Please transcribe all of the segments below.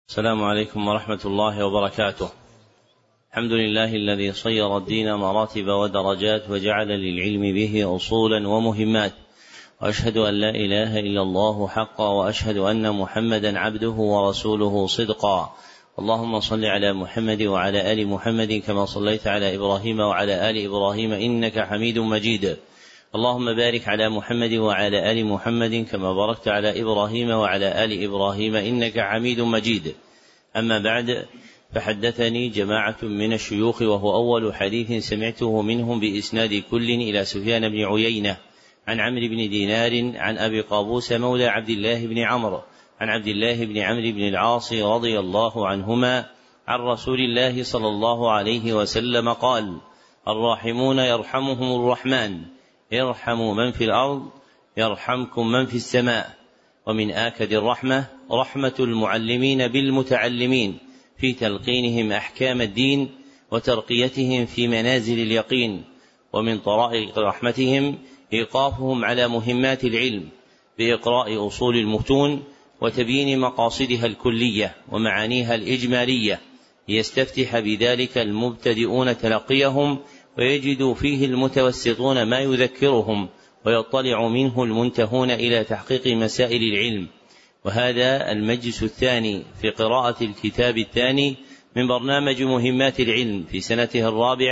السلام عليكم ورحمة الله وبركاته. الحمد لله الذي صير الدين مراتب ودرجات وجعل للعلم به أصولا ومهمات، وأشهد أن لا إله إلا الله حقا، وأشهد أن محمدا عبده ورسوله صدقا. اللهم صل على محمد وعلى آل محمد كما صليت على إبراهيم وعلى آل إبراهيم إنك حميد مجيد. اللهم بارك على محمد وعلى آل محمد كما باركت على إبراهيم وعلى آل إبراهيم إنك حميد مجيد. أما بعد، فحدثني جماعة من الشيوخ، وهو أول حديث سمعته منهم بإسناد كل إلى سفيان بن عيينة عن عمرو بن دينار عن أبي قابوس مولى عبد الله بن عمرو عن عبد الله بن عمرو بن العاص رضي الله عنهما عن رسول الله صلى الله عليه وسلم قال: الراحمون يرحمهم الرحمن، ارحموا من في الأرض يرحمكم من في السماء. ومن آكد الرحمة رحمة المعلمين بالمتعلمين في تلقينهم أحكام الدين وترقيتهم في منازل اليقين. ومن طرائق رحمتهم إيقافهم على مهمات العلم بإقراء أصول المتون وتبيين مقاصدها الكلية ومعانيها الإجمالية، ليستفتح بذلك المبتدئون تلقيهم ويجد فيه المتوسطون ما يذكرهم، ويطلع منه المنتهون إلى تحقيق مسائل العلم. وهذا المجلس الثاني في قراءة الكتاب الثاني من برنامج مهمات العلم في سنته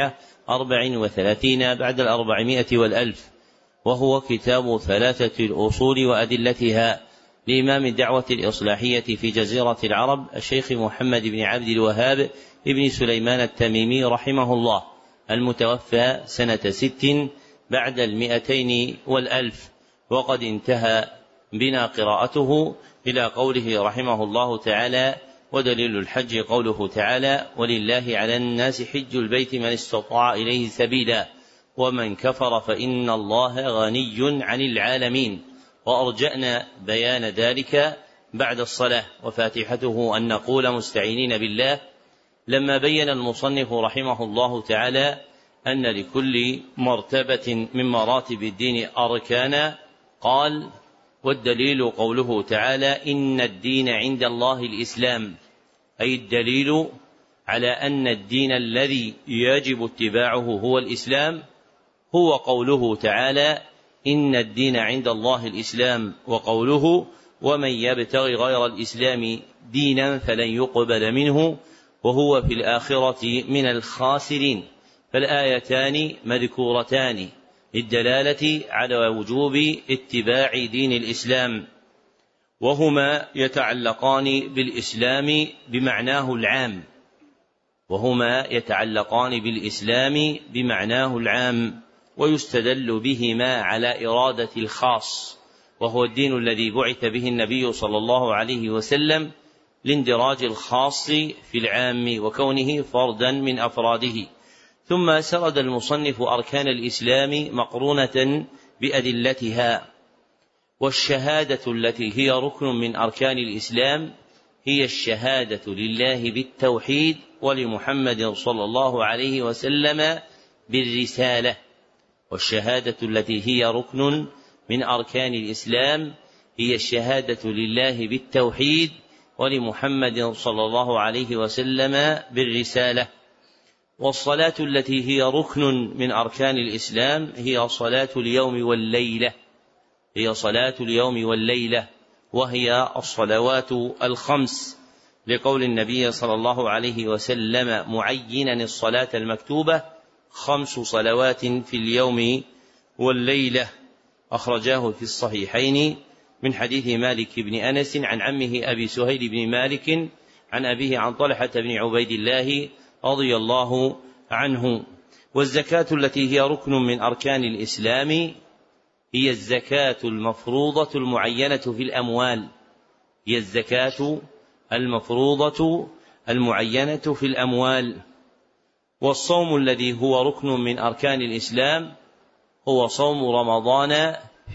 34 بعد 400 والألف، وهو كتاب 3 الأصول وأدلتها لإمام الدعوة الإصلاحية في جزيرة العرب الشيخ محمد بن عبد الوهاب ابن سليمان التميمي رحمه الله، المتوفى سنة 6 بعد 200 والألف. وقد انتهى بنا قراءته إلى قوله رحمه الله تعالى: ودليل الحج قوله تعالى: ولله على الناس حج البيت من استطاع إليه سبيلا، ومن كفر فإن الله غني عن العالمين. وأرجأنا بيان ذلك بعد الصلاة، وفاتحته أن نقول مستعينين بالله لما بين المصنف رحمه الله تعالى أن لكل مرتبة من مراتب الدين أركانا، قال: والدليل قوله تعالى: إن الدين عند الله الإسلام، أي الدليل على أن الدين الذي يجب اتباعه هو الإسلام، هو قوله تعالى: إن الدين عند الله الإسلام، وقوله: ومن يبتغي غير الإسلام دينا فلن يقبل منه وهو في الآخرة من الخاسرين. فالآيتان مذكورتان للدلالة على وجوب اتباع دين الإسلام، وهما يتعلقان بمعناه العام، ويستدل بهما على إرادة الخاص، وهو الدين الذي بعث به النبي صلى الله عليه وسلم لاندراج الخاص في العام وكونه فردا من أفراده. ثم سرد المصنف أركان الإسلام مقرونة بأدلتها. والشهادة التي هي ركن من أركان الإسلام هي الشهادة لله بالتوحيد ولمحمد صلى الله عليه وسلم بالرسالة. والشهادة التي هي ركن من أركان الإسلام هي الشهادة لله بالتوحيد ولمحمد صلى الله عليه وسلم بالرسالة. والصلاة التي هي ركن من أركان الإسلام هي صلاة اليوم والليلة، وهي الصلوات الخمس، لقول النبي صلى الله عليه وسلم معينا الصلاة المكتوبة: 5 صلوات في اليوم والليلة. أخرجاه في الصحيحين من حديث مالك بن أنس عن عمه أبي سهيل بن مالك عن أبيه عن طلحة بن عبيد الله رضي الله عنه. والزكاة التي هي ركن من أركان الإسلام هي الزكاة المفروضة المعينة في الأموال. والصوم الذي هو ركن من أركان الإسلام هو صوم رمضان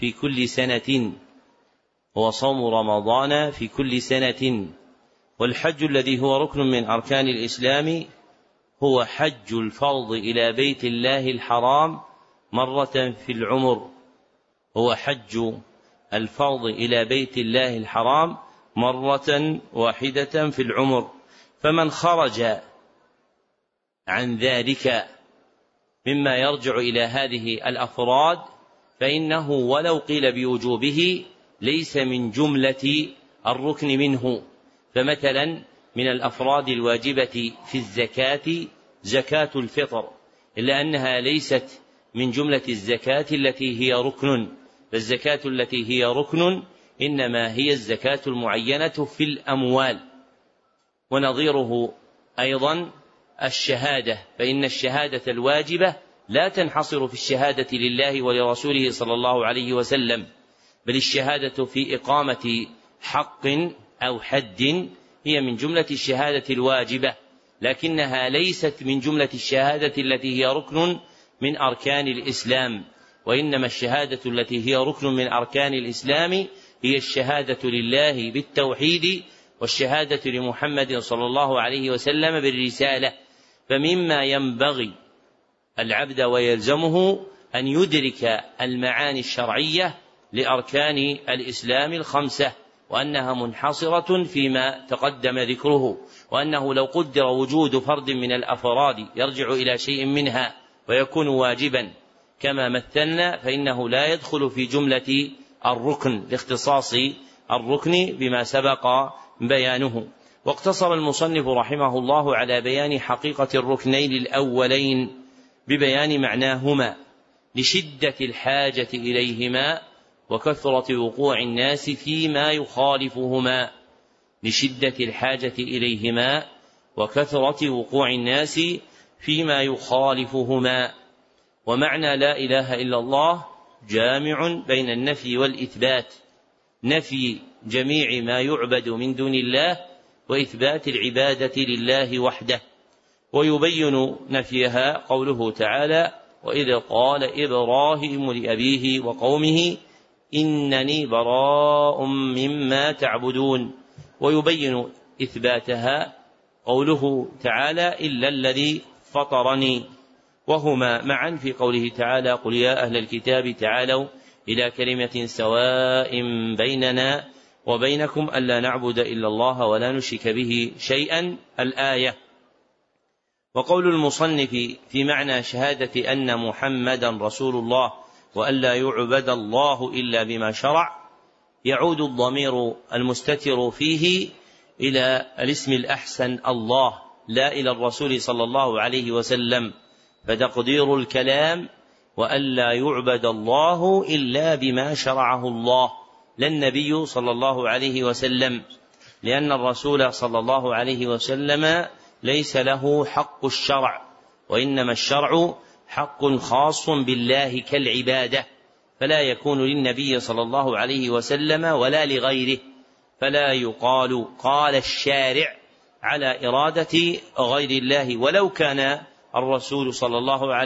في كل سنة. والحج الذي هو ركن من أركان الإسلام هو حج الفرض إلى بيت الله الحرام مرة في العمر، مرة واحدة في العمر. فمن خرج عن ذلك مما يرجع إلى هذه الأفراد فإنه ولو قيل بوجوبه ليس من جملة الركن منه. فمثلا من الأفراد الواجبة في الزكاة زكاة الفطر، إلا أنها ليست من جملة الزكاة التي هي ركن، فالزكاة التي هي ركن إنما هي الزكاة المعينة في الأموال. ونظيره أيضا الشهادة، فإن الشهادة الواجبة لا تنحصر في الشهادة لله ولرسوله صلى الله عليه وسلم، بل الشهادة في إقامة حق أو حد هي من جملة الشهادة الواجبة، لكنها ليست من جملة الشهادة التي هي ركن من أركان الإسلام، وإنما الشهادة التي هي ركن من أركان الإسلام هي الشهادة لله بالتوحيد والشهادة لمحمد صلى الله عليه وسلم بالرسالة. فمما ينبغي العبد ويلزمه أن يدرك المعاني الشرعية لأركان الإسلام الخمسة، وأنها منحصرة فيما تقدم ذكره، وأنه لو قدر وجود فرد من الأفراد يرجع إلى شيء منها ويكون واجبا كما مثلنا فإنه لا يدخل في جملة الركن لاختصاص الركن بما سبق بيانه. واقتصر المصنف رحمه الله على بيان حقيقة الركنين الأولين ببيان معناهما لشدة الحاجة إليهما وكثرة وقوع الناس فيما يخالفهما، لشدة الحاجة إليهما وكثرة وقوع الناس فيما يخالفهما. ومعنى لا إله إلا الله جامع بين النفي والإثبات، نفي جميع ما يعبد من دون الله وإثبات العبادة لله وحده. ويبين نفيها قوله تعالى: وإذ قال إبراهيم لأبيه وقومه إنني براء مما تعبدون. ويبين إثباتها قوله تعالى: إلا الذي فطرني. وهما معا في قوله تعالى: قل يا أهل الكتاب تعالوا إلى كلمة سواء بيننا وبينكم ألا نعبد إلا الله ولا نشرك به شيئا، الآية. وقول المصنف في معنى شهادة أن محمدا رسول الله وألا يعبد الله إلا بما شرع، يعود الضمير المستتر فيه إلى الاسم الأحسن الله لا إلى الرسول صلى الله عليه وسلم، فتقدير الكلام وألا يعبد الله إلا بما شرعه الله، لا النبي صلى الله عليه وسلم، لأن الرسول صلى الله عليه وسلم ليس له حق الشرع، وإنما الشرع حق خاص بالله كالعبادة، فلا يكون للنبي صلى الله عليه وسلم ولا لغيره، فلا يقال قال الشارع على إرادة غير الله ولو كان الرسول صلى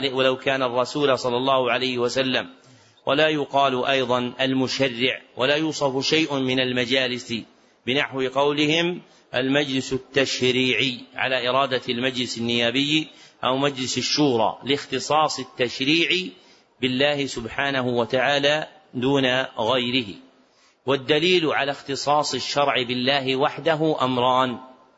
الله عليه وسلم، ولا يقال أيضا المشرع، ولا يوصف شيء من المجالس بنحو قولهم المجلس التشريعي على إرادة المجلس النيابي أو مجلس الشورى، لاختصاص التشريع بالله سبحانه وتعالى دون غيره. والدليل على اختصاص الشرع بالله وحده أمران،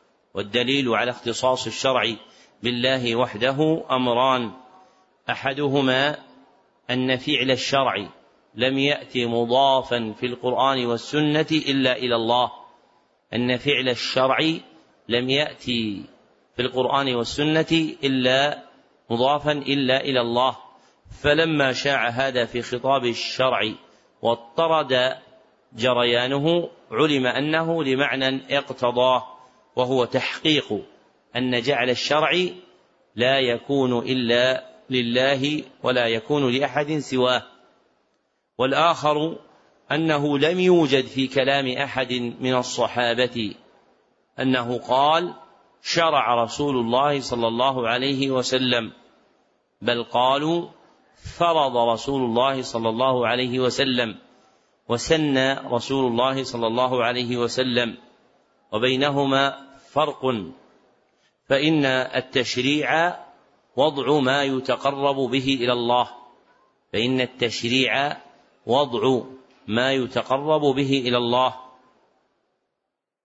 أحدهما أن فعل الشرع لم يأتي مضافا في القرآن والسنة إلا إلى الله، أن فعل الشرع لم يأتي في القرآن والسنة إلا مضافا إلا إلى الله، فلما شاع هذا في خطاب الشرع واضطرد جريانه علم أنه لمعنى اقتضاه، وهو تحقيق أن جعل الشرع لا يكون إلا لله ولا يكون لأحد سواه. والآخر أنه لم يوجد في كلام أحد من الصحابة أنه قال شرع رسول الله صلى الله عليه وسلم، بل قالوا فرض رسول الله صلى الله عليه وسلم وسن رسول الله صلى الله عليه وسلم، وبينهما فرق، فإن التشريع وضع ما يتقرب به إلى الله،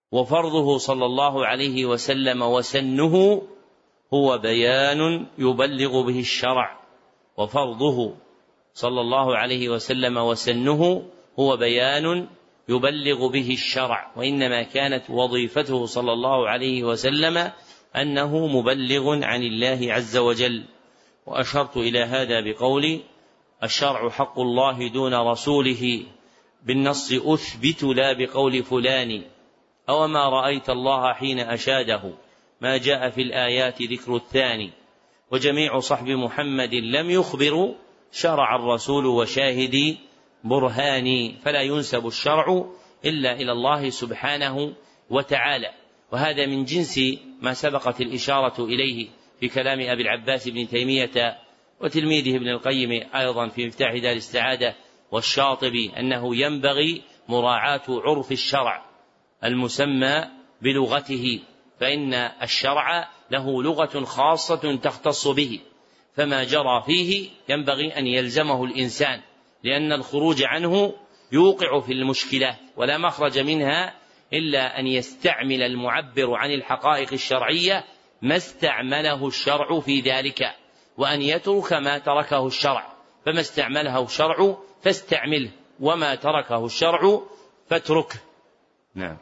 وفرضه صلى الله عليه وسلم وسنه هو بيان يبلغ به الشرع. وفرضه صلى الله عليه وسلم وسنه هو بيان يبلغ به الشرع، وإنما كانت وظيفته صلى الله عليه وسلم أنه مبلغ عن الله عز وجل. وأشرت إلى هذا بقولي: الشرع حق الله دون رسوله، بالنص أثبت لا بقول فلان، أو ما رأيت الله حين أشاده، ما جاء في الآيات ذكر الثاني. وجميع صحب محمد لم يخبروا، شرع الرسول وشاهدي برهاني، فلا ينسب الشرع إلا إلى الله سبحانه وتعالى. وهذا من جنس ما سبقت الإشارة إليه في كلام أبي العباس بن تيمية وتلميذه ابن القيم أيضا في مفتاح دار السعادة والشاطبي، أنه ينبغي مراعاة عرف الشرع المسمى بلغته، فإن الشرع له لغة خاصة تختص به، فما جرى فيه ينبغي أن يلزمه الإنسان، لأن الخروج عنه يوقع في المشكلات، ولا مخرج منها إلا أن يستعمل المعبر عن الحقائق الشرعية ما استعمله الشرع في ذلك، وأن يترك ما تركه الشرع، فما استعمله الشرع فاستعمله، وما تركه الشرع فاتركه. نعم.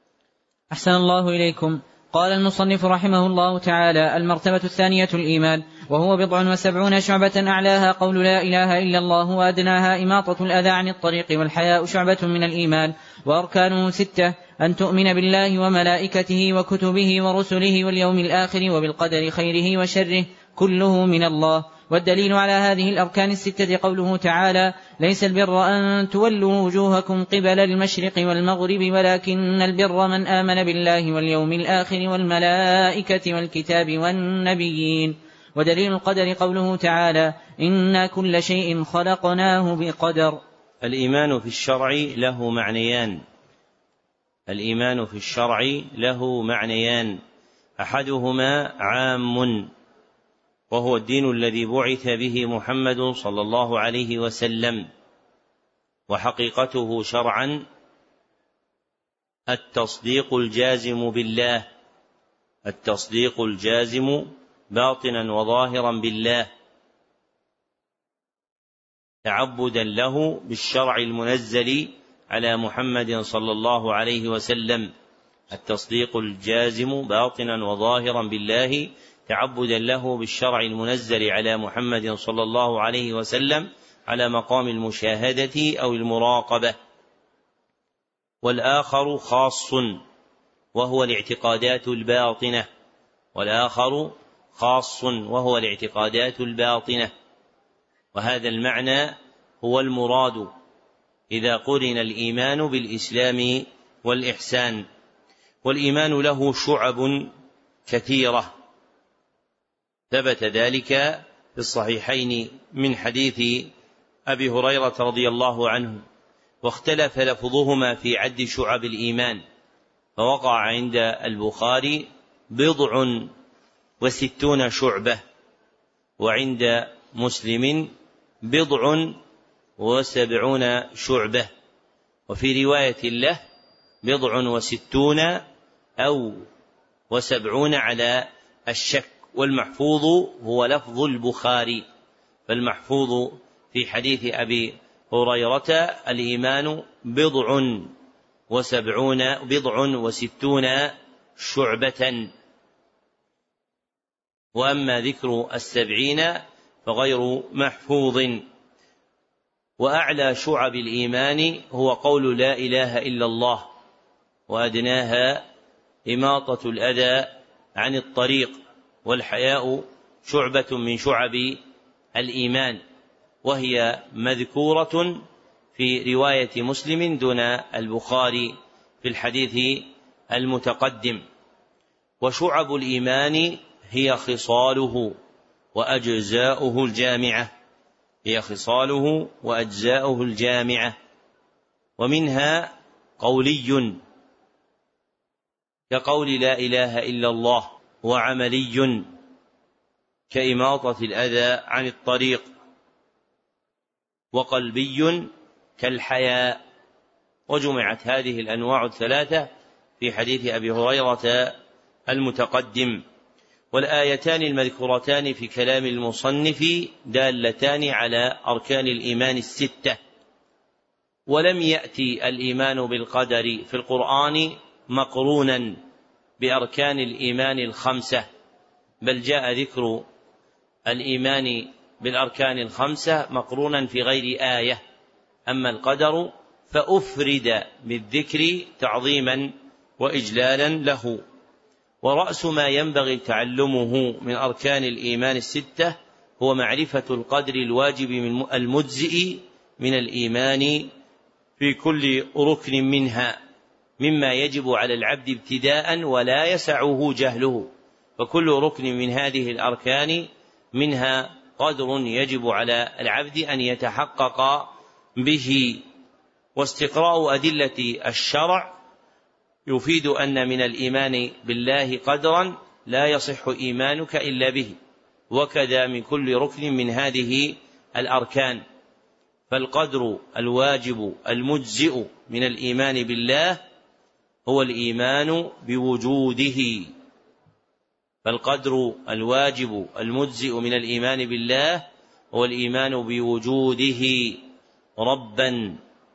أحسن الله إليكم. قال المصنف رحمه الله تعالى: المرتبة الثانية الإيمان، وهو 77 شعبة، أعلاها قول لا إله إلا الله، وأدناها إماطة الأذى عن الطريق، والحياء شعبة من الإيمان. وأركانه 6: أن تؤمن بالله وملائكته وكتبه ورسله واليوم الآخر وبالقدر خيره وشره كله من الله. والدليل على هذه الأركان 6 قوله تعالى: ليس البر أن تولوا وجوهكم قبل المشرق والمغرب، ولكن البر من آمن بالله واليوم الآخر والملائكة والكتاب والنبيين. ودليل القدر قوله تعالى: إنا كل شيء خلقناه بقدر. الإيمان في الشرع له معنيان. الإيمان في الشرع له معنيان: أحدهما عام، وهو الدين الذي بعث به محمد صلى الله عليه وسلم، وحقيقته شرعا التصديق الجازم بالله، التصديق الجازم باطنا وظاهرا بالله، تعبدا له بالشرع المنزل على محمد صلى الله عليه وسلم، التصديق الجازم باطنا وظاهرا بالله تعبدا له بالشرع المنزل على محمد صلى الله عليه وسلم على مقام المشاهدة أو المراقبة. والآخر خاص، وهو الاعتقادات الباطنة، والآخر خاص وهو الاعتقادات الباطنة. وهذا المعنى هو المراد إذا قرن الإيمان بالإسلام والإحسان. والإيمان له شعب كثيرة، ثبت ذلك في الصحيحين من حديث أبي هريرة رضي الله عنه، واختلف لفظهما في عد شعب الإيمان، فوقع عند البخاري 60 شعبة، وعند مسلم 70 شعبة، وفي رواية له 60 أو 70 على الشك. والمحفوظ هو لفظ البخاري، فالمحفوظ في حديث أبي هريرة: الإيمان 60 شعبة. وأما ذكر 70 فغير محفوظ. وأعلى شعب الإيمان هو قول لا إله إلا الله، وأدناها إماطة الأذى عن الطريق، والحياء شعبة من شعب الإيمان، وهي مذكورة في رواية مسلم دون البخاري في الحديث المتقدم. وشعب الإيمان هي خصاله وأجزاؤه الجامعة، هي خصاله وأجزاؤه الجامعة. ومنها قولي كقول لا إله إلا الله، وعملي كإماطة الأذى عن الطريق، وقلبي كالحياء. وجمعت هذه الأنواع الثلاثة في حديث أبي هريرة المتقدم. والآيتان المذكورتان في كلام المصنف دالتان على أركان الإيمان الستة. ولم يأتي الإيمان بالقدر في القرآن مقرونا بأركان الإيمان الخمسة، بل جاء ذكر الإيمان بالأركان الخمسة مقرونا في غير آية. أما القدر فأفرد بالذكر تعظيما وإجلالا له. ورأس ما ينبغي تعلمه من أركان الإيمان الستة هو معرفة القدر الواجب المجزئ من الإيمان في كل ركن منها، مما يجب على العبد ابتداء ولا يسعه جهله. فكل ركن من هذه الأركان منها قدر يجب على العبد أن يتحقق به. واستقراء أدلة الشرع يفيد أن من الإيمان بالله قدرا لا يصح إيمانك إلا به، وكذا من كل ركن من هذه الأركان. فالقدر الواجب المجزئ من الإيمان بالله هو الإيمان بوجوده. فالقدر الواجب المجزئ من الإيمان بالله هو الإيمان بوجوده ربا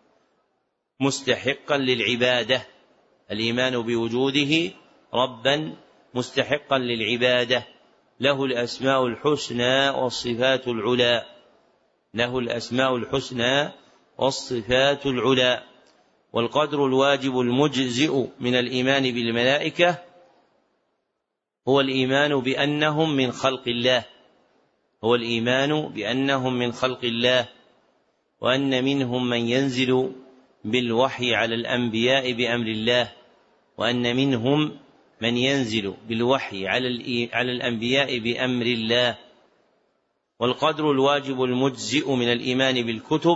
مستحقا للعبادة. الإيمان بوجوده ربا مستحقا للعبادة، له الأسماء الحسنى والصفات العلى، له الأسماء الحسنى والصفات العلى. والقدر الواجب المجزئ من الإيمان بالملائكة هو الإيمان بأنهم من خلق الله، هو الإيمان بأنهم من خلق الله، وأن منهم من ينزل بالوحي على الأنبياء بأمر الله، وأن منهم من ينزل بالوحي على الأنبياء بأمر الله. والقدر الواجب المجزئ من الإيمان بالكتب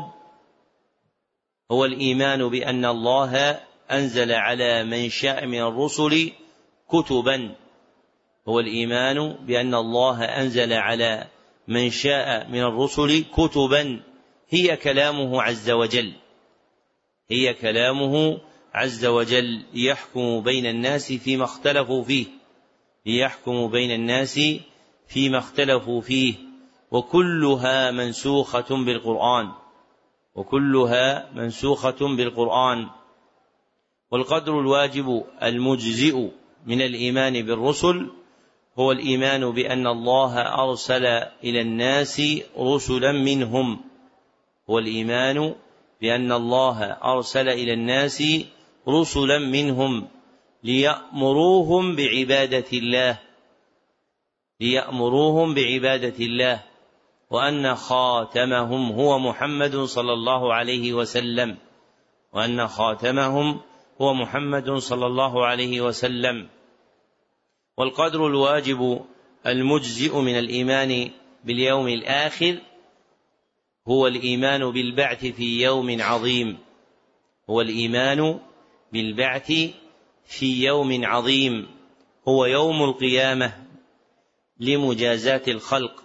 هو الإيمان بأن الله أنزل على من شاء من الرسل كتبا، هو الإيمان بأن الله أنزل على من شاء من الرسل كتبا هي كلامه عز وجل، هي كلامه عز وجل ليحكم بين الناس فيما اختلفوا فيه، ليحكم بين الناس فيما اختلفوا فيه. وكلها منسوخة بالقرآن، وكلها منسوخة بالقرآن. والقدر الواجب المجزئ من الإيمان بالرسل هو الإيمان بأن الله أرسل إلى الناس رسلا منهم، هو الإيمان بأن الله أرسل إلى الناس رسلا منهم ليأمروهم بعبادة الله، ليأمروهم بعبادة الله، وأن خاتمهم هو محمد صلى الله عليه وسلم، وأن خاتمهم هو محمد صلى الله عليه وسلم. والقدر الواجب المجزئ من الإيمان باليوم الآخر هو الإيمان بالبعث في يوم عظيم، هو الإيمان بالبعث في يوم عظيم، هو يوم القيامة لمجازاة الخلق،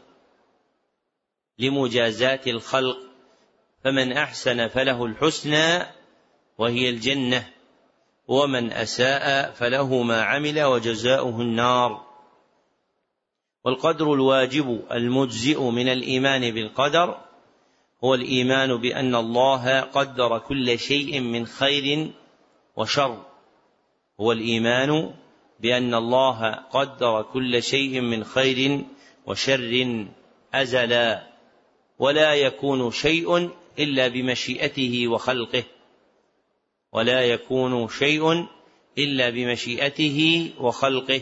لمجازاة الخلق. فمن أحسن فله الحسنى وهي الجنة، ومن أساء فله ما عمل وجزاؤه النار. والقدر الواجب المجزئ من الإيمان بالقدر هو الإيمان بأن الله قدر كل شيء من خير وشر، هو الإيمان بأن الله قدر كل شيء من خير وشر أزلا، ولا يكون شيء إلا بمشيئته وخلقه، ولا يكون شيء إلا بمشيئته وخلقه.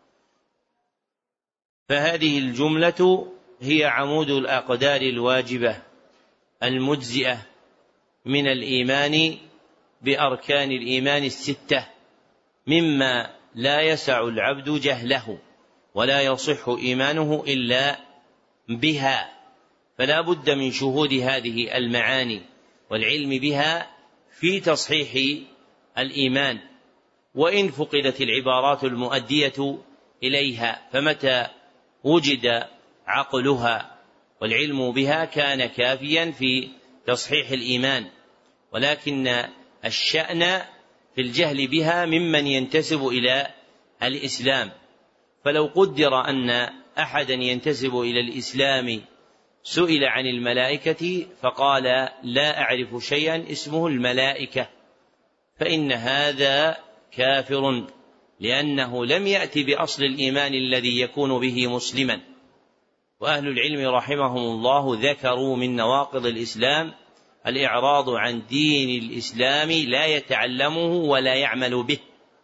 فهذه الجملة هي عمود الأقدار الواجبة المجزئة من الإيمان بأركان الإيمان الستة، مما لا يسع العبد جهله ولا يصح إيمانه إلا بها. فلا بد من شهود هذه المعاني والعلم بها في تصحيح الإيمان، وإن فقدت العبارات المؤدية إليها، فمتى وجد عقلها والعلم بها كان كافيا في تصحيح الإيمان. ولكن الشأن في في الجهل بها ممن ينتسب إلى الإسلام. فلو قدر أن أحدا ينتسب إلى الإسلام سئل عن الملائكة فقال لا أعرف شيئا اسمه الملائكة، فإن هذا كافر، لأنه لم يأت بأصل الإيمان الذي يكون به مسلما. وأهل العلم رحمهم الله ذكروا من نواقض الإسلام الإعراض عن دين الإسلام لا يتعلمه ولا يعمل به.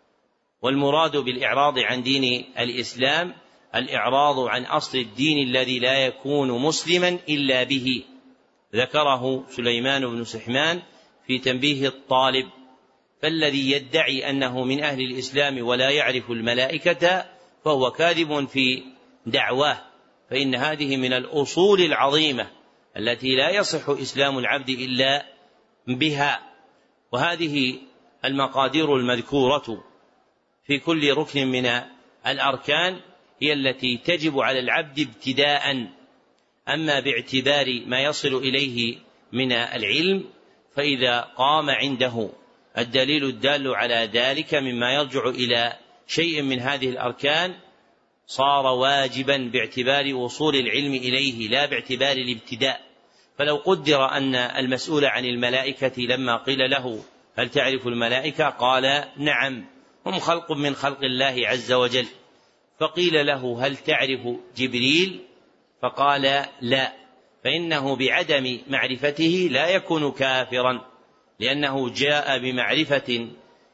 والمراد بالإعراض عن دين الإسلام الإعراض عن أصل الدين الذي لا يكون مسلما إلا به. ذكره سليمان بن سحمان في تنبيه الطالب. فالذي يدعي أنه من أهل الإسلام ولا يعرف الملائكة فهو كاذب في دعواه، فإن هذه من الأصول العظيمة التي لا يصح إسلام العبد إلا بها. وهذه المقادير المذكورة في كل ركن من الأركان هي التي تجب على العبد ابتداء. أما باعتبار ما يصل إليه من العلم فإذا قام عنده الدليل الدال على ذلك مما يرجع إلى شيء من هذه الأركان صار واجبا باعتبار وصول العلم إليه لا باعتبار الابتداء. فلو قدر أن المسؤول عن الملائكة لما قيل له هل تعرف الملائكة قال نعم هم خلق من خلق الله عز وجل، فقيل له هل تعرف جبريل فقال لا، فإنه بعدم معرفته لا يكون كافرا، لأنه جاء بمعرفة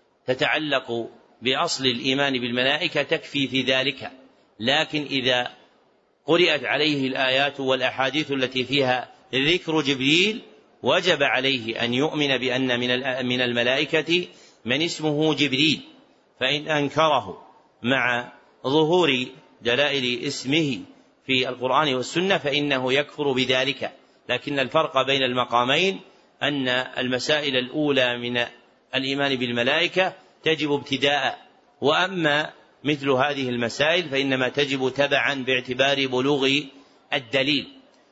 تتعلق بأصل الإيمان بالملائكة تكفي في ذلك. لكن إذا قرأت عليه الآيات والأحاديث التي فيها ذكر جبريل وجب عليه أن يؤمن بأن من الملائكة من اسمه جبريل، فإن أنكره مع ظهور دلائل اسمه في القرآن والسنة فإنه يكفر بذلك. لكن الفرق بين المقامين أن المسائل الأولى من الإيمان بالملائكة تجب ابتداء، وأما مثل هذه المسائل فإنما تجب تبعا باعتبار بلوغ الدليل.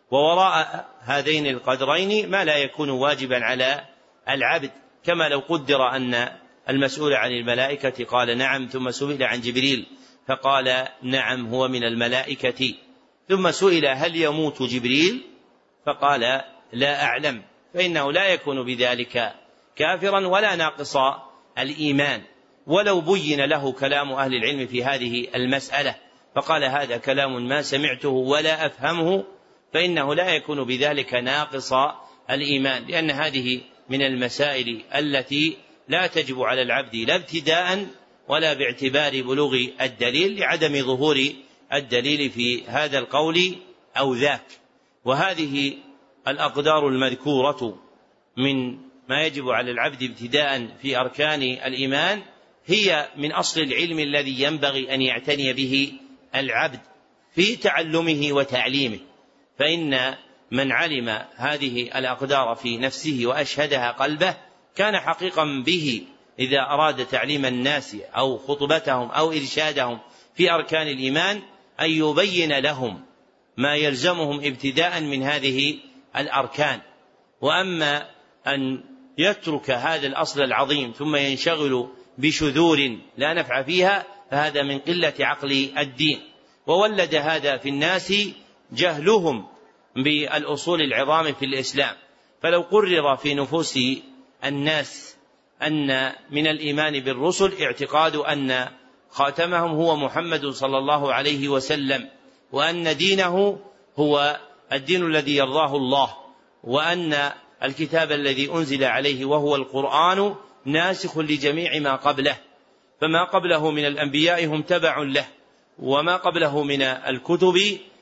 ووراء هذين القدرين ما لا يكون واجبا على العبد، كما لو قدر أن المسؤول عن الملائكة قال نعم ثم سئل عن جبريل فقال نعم هو من الملائكة، ثم سئل هل يموت جبريل فقال لا أعلم، فإنه لا يكون بذلك كافرا ولا ناقص الإيمان. ولو بين له كلام أهل العلم في هذه المسألة فقال هذا كلام ما سمعته ولا أفهمه، فإنه لا يكون بذلك ناقص الإيمان، لأن هذه من المسائل التي لا تجب على العبد لا ابتداء ولا باعتبار بلوغ الدليل لعدم ظهور الدليل في هذا القول أو ذاك. وهذه الأقدار المذكورة من ما يجب على العبد ابتداء في أركان الإيمان هي من أصل العلم الذي ينبغي أن يعتني به العبد في تعلمه وتعليمه. فإن من علم هذه الأقدار في نفسه وأشهدها قلبه كان حقيقا به إذا أراد تعليم الناس أو خطبتهم أو إرشادهم في أركان الإيمان أن يبين لهم ما يلزمهم ابتداء من هذه الأركان. وأما أن يترك هذا الأصل العظيم ثم ينشغل بشذور لا نفع فيها فهذا من قلة عقل الدين، وولد هذا في الناس جهلهم بالأصول العظام في الإسلام. فلو قرر في نفوس الناس أن من الإيمان بالرسل اعتقاد أن خاتمهم هو محمد صلى الله عليه وسلم، وأن دينه هو الدين الذي يرضاه الله، وأن الكتاب الذي أنزل عليه وهو القرآن ناسخ لجميع ما قبله، فما قبله من الأنبياء هم تبع له، وما قبله من الكتب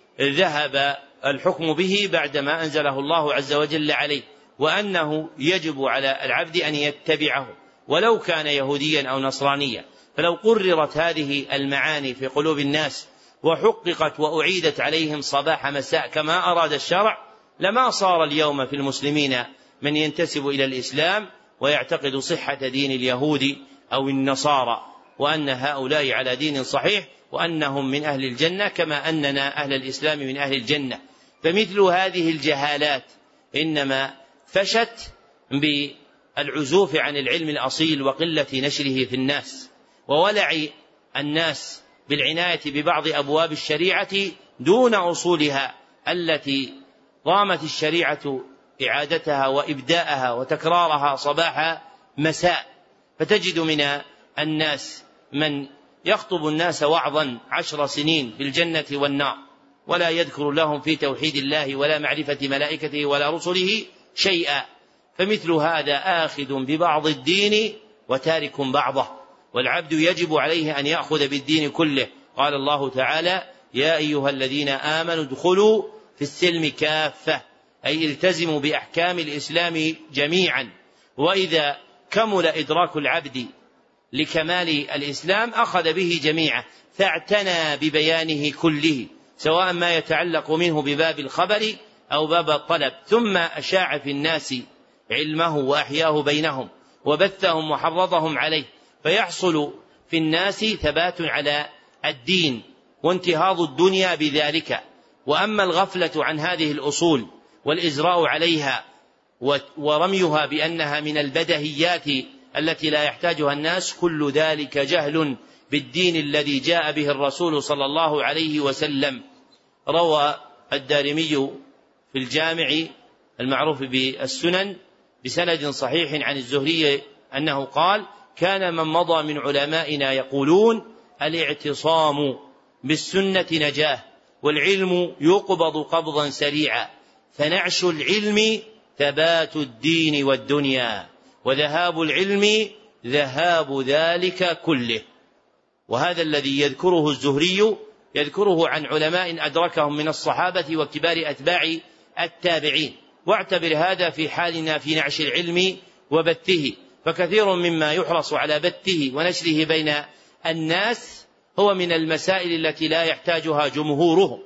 ذهب الحكم به بعدما أنزله الله عز وجل عليه، وأنه يجب على العبد أن يتبعه ولو كان يهوديا أو نصرانيا. فلو قررت هذه المعاني في قلوب الناس وحققت وأعيدت عليهم صباح مساء كما أراد الشرع لما صار اليوم في المسلمين من ينتسب إلى الإسلام ويعتقد صحة دين اليهود أو النصارى، وأن هؤلاء على دين صحيح وأنهم من أهل الجنة كما أننا أهل الإسلام من أهل الجنة. فمثل هذه الجهالات إنما فشت العزوف عن العلم الأصيل وقلة نشره في الناس، وولع الناس بالعناية ببعض أبواب الشريعة دون أصولها التي ضامت الشريعة إعادتها وإبداءها وتكرارها صباح مساء. فتجد من الناس من يخطب الناس وعظا 10 سنين بالجنة والنار، ولا يذكر لهم في توحيد الله ولا معرفة ملائكته ولا رسله شيئا، فمثل هذا آخذ ببعض الدين وتارك بعضه، والعبد يجب عليه أن يأخذ بالدين كله. قال الله تعالى: يا أيها الذين آمنوا ادخلوا في السلم كافة، أي التزموا بأحكام الإسلام جميعا. وإذا كمل إدراك العبد لكمال الإسلام أخذ به جميعا، فاعتنى ببيانه كله، سواء ما يتعلق منه بباب الخبر أو باب الطلب، ثم أشاع في الناس علمه وأحياه بينهم وبثهم وحرضهم عليه، فيحصل في الناس ثبات على الدين وانتهاض الدنيا بذلك. وأما الغفلة عن هذه الأصول والإزراء عليها ورميها بأنها من البدهيات التي لا يحتاجها الناس، كل ذلك جهل بالدين الذي جاء به الرسول صلى الله عليه وسلم. روى الدارمي في الجامع المعروف بالسنن بسند صحيح عن الزهري أنه قال: كان من مضى من علمائنا يقولون الاعتصام بالسنة نجاه، والعلم يقبض قبضا سريعا، فنعش العلم ثبات الدين والدنيا، وذهاب العلم ذهاب ذلك كله. وهذا الذي يذكره الزهري يذكره عن علماء أدركهم من الصحابة وكبار أتباع التابعين، واعتبر هذا في حالنا في نعش العلم وبثه، فكثير مما يحرص على بثه ونشره بين الناس هو من المسائل التي لا يحتاجها جمهورهم.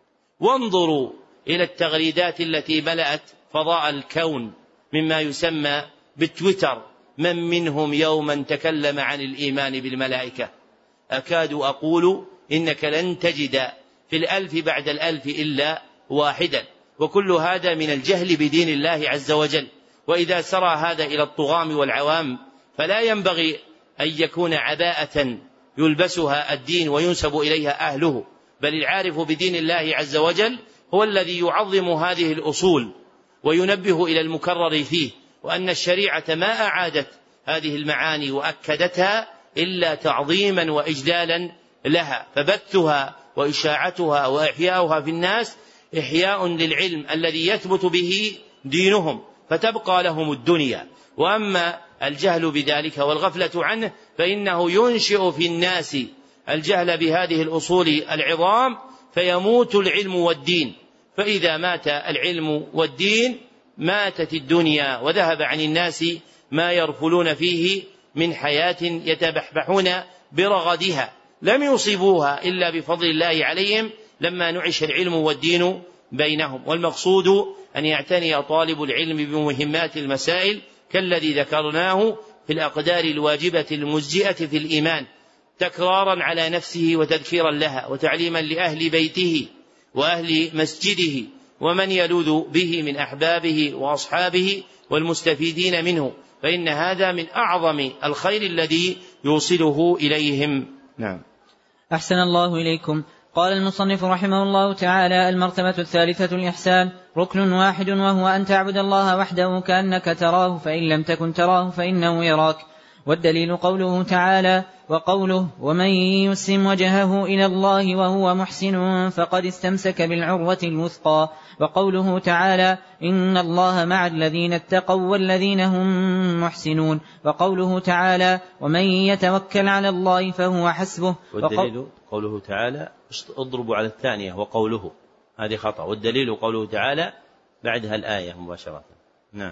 وانظروا إلى التغريدات التي ملأت فضاء الكون مما يسمى بالتويتر، من منهم يوما تكلم عن الإيمان بالملائكة؟ أكاد أقول إنك لن تجد في 1000 بعد 1000 إلا واحدا، وكل هذا من الجهل بدين الله عز وجل. وإذا سرى هذا إلى الطغام والعوام فلا ينبغي أن يكون عباءة يلبسها الدين وينسب إليها أهله، بل العارف بدين الله عز وجل هو الذي يعظم هذه الأصول وينبه إلى المكرر فيه، وأن الشريعة ما أعادت هذه المعاني وأكدتها إلا تعظيما وإجلالا لها، فبثها وإشاعتها وإحياؤها في الناس إحياء للعلم الذي يثبت به دينهم، فتبقى لهم الدنيا. وأما الجهل بذلك والغفلة عنه فإنه ينشئ في الناس الجهل بهذه الأصول العظام، فيموت العلم والدين. فإذا مات العلم والدين ماتت الدنيا، وذهب عن الناس ما يرفلون فيه من حياة يتبحبحون برغدها، لم يصيبوها إلا بفضل الله عليهم لما نعش العلم والدين بينهم. والمقصود أن يعتني طالب العلم بمهمات المسائل كالذي ذكرناه في الأقدار الواجبة المجزئة في الإيمان، تكرارا على نفسه وتذكيرا لها، وتعليما لأهل بيته وأهل مسجده ومن يلوذ به من أحبابه وأصحابه والمستفيدين منه، فإن هذا من أعظم الخير الذي يوصله إليهم. نعم. أحسن الله إليكم. قال المصنف رحمه الله تعالى: المرتبة الثالثة الإحسان، ركن واحد، وهو أن تعبد الله وحده كأنك تراه، فإن لم تكن تراه فإنه يراك. والدليل قوله تعالى: وقوله: ومن يسلم وجهه إلى الله وهو محسن فقد استمسك بالعروة الوثقى. وقوله تعالى: إن الله مع الذين اتقوا والذين هم محسنون. وقوله تعالى: ومن يتوكل على الله فهو حسبه. والدليل قوله تعالى، اضربوا على الثانية وقوله، هذه خطأ، والدليل قوله تعالى بعدها الآية مباشرة. نعم.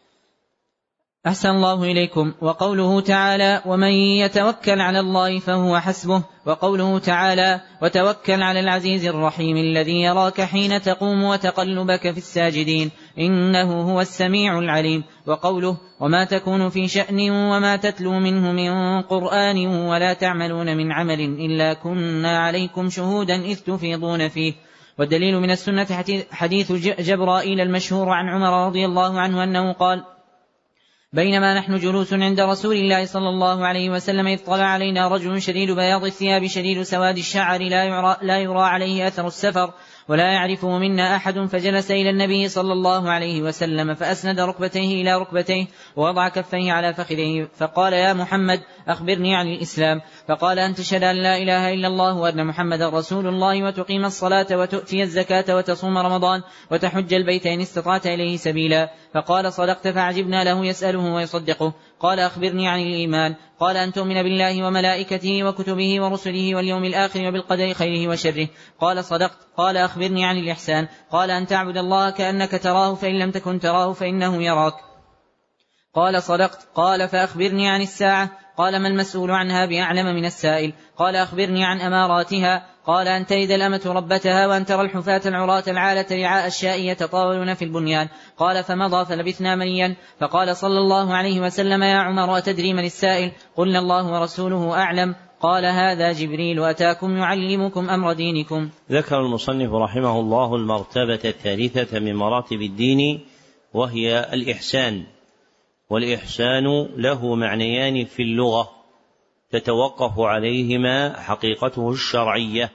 أحسن الله إليكم. وقوله تعالى: ومن يتوكل على الله فهو حسبه. وقوله تعالى: وتوكل على العزيز الرحيم الذي يراك حين تقوم وتقلبك في الساجدين إنه هو السميع العليم. وقوله: وما تكون في شأن وما تتلو منه من قرآن ولا تعملون من عمل إلا كنا عليكم شهودا إذ تفيضون فيه. والدليل من السنة حديث جبرائيل المشهور عن عمر رضي الله عنه أنه قال: بينما نحن جلوس عند رسول الله صلى الله عليه وسلم إذ طلع علينا رجل شديد بياض الثياب شديد سواد الشعر لا يرى عليه أثر السفر ولا يعرفه منا أحد، فجلس إلى النبي صلى الله عليه وسلم فأسند ركبتيه إلى ركبتيه ووضع كفيه على فخذيه فقال: يا محمد أخبرني عن الإسلام. فقال: أن تشهد أن لا إله إلا الله وأن محمدا رسول الله وتقيم الصلاة وتؤتي الزكاة وتصوم رمضان وتحج البيت إن استطعت إليه سبيلا. فقال: صدقت. فعجبنا له يسأله ويصدقه. قال: أخبرني عن الإيمان. قال: أن تؤمن بالله وملائكته وكتبه ورسله واليوم الآخر وبالقدر خيره وشره. قال: صدقت. قال: أخبرني عن الإحسان. قال: أن تعبد الله كأنك تراه فإن لم تكن تراه فإنه يراك. قال: صدقت. قال: فأخبرني عن الساعة. قال: ما المسؤول عنها بأعلم من السائل. قال: أخبرني عن أماراتها. قال: أن تلد الأمة ربتها وأن ترى الحفاة العراة العالة رعاء الشاء يتطاولون في البنيان. قال: فمضى فلبثنا مليا. فقال صلى الله عليه وسلم: يا عمر أتدري من السائل؟ قلنا: الله ورسوله أعلم. قال: هذا جبريل أتاكم يعلمكم أمر دينكم. ذكر المصنف رحمه الله المرتبة الثالثة من مراتب الدين وهي الإحسان. والإحسان له معنيان في اللغة تتوقف عليهما حقيقته الشرعية.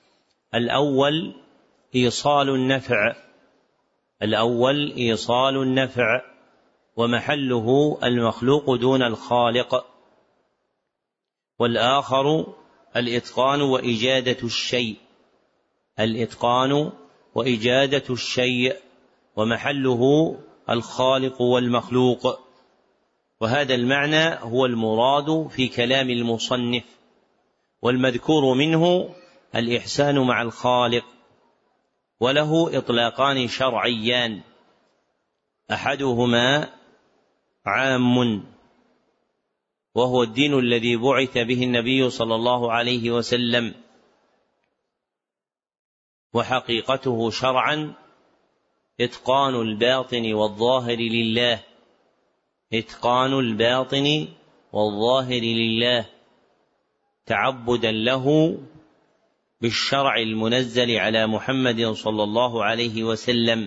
الأول إيصال النفع ومحله المخلوق دون الخالق، والآخر الإتقان وإجادة الشيء ومحله الخالق والمخلوق. وهذا المعنى هو المراد في كلام المصنف، والمذكور منه الإحسان مع الخالق، وله إطلاقان شرعيان: أحدهما عام وهو الدين الذي بعث به النبي صلى الله عليه وسلم، وحقيقته شرعا إتقان الباطن والظاهر لله تعبدا له بالشرع المنزل على محمد صلى الله عليه وسلم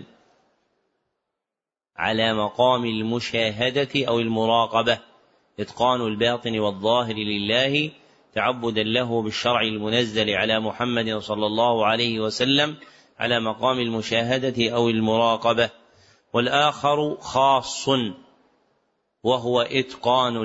على مقام المشاهدة أو المراقبة. إتقان الباطن والظاهر لله تعبدا له بالشرع المنزل على محمد صلى الله عليه وسلم على مقام المشاهدة أو المراقبة. والآخر خاص وهو إتقان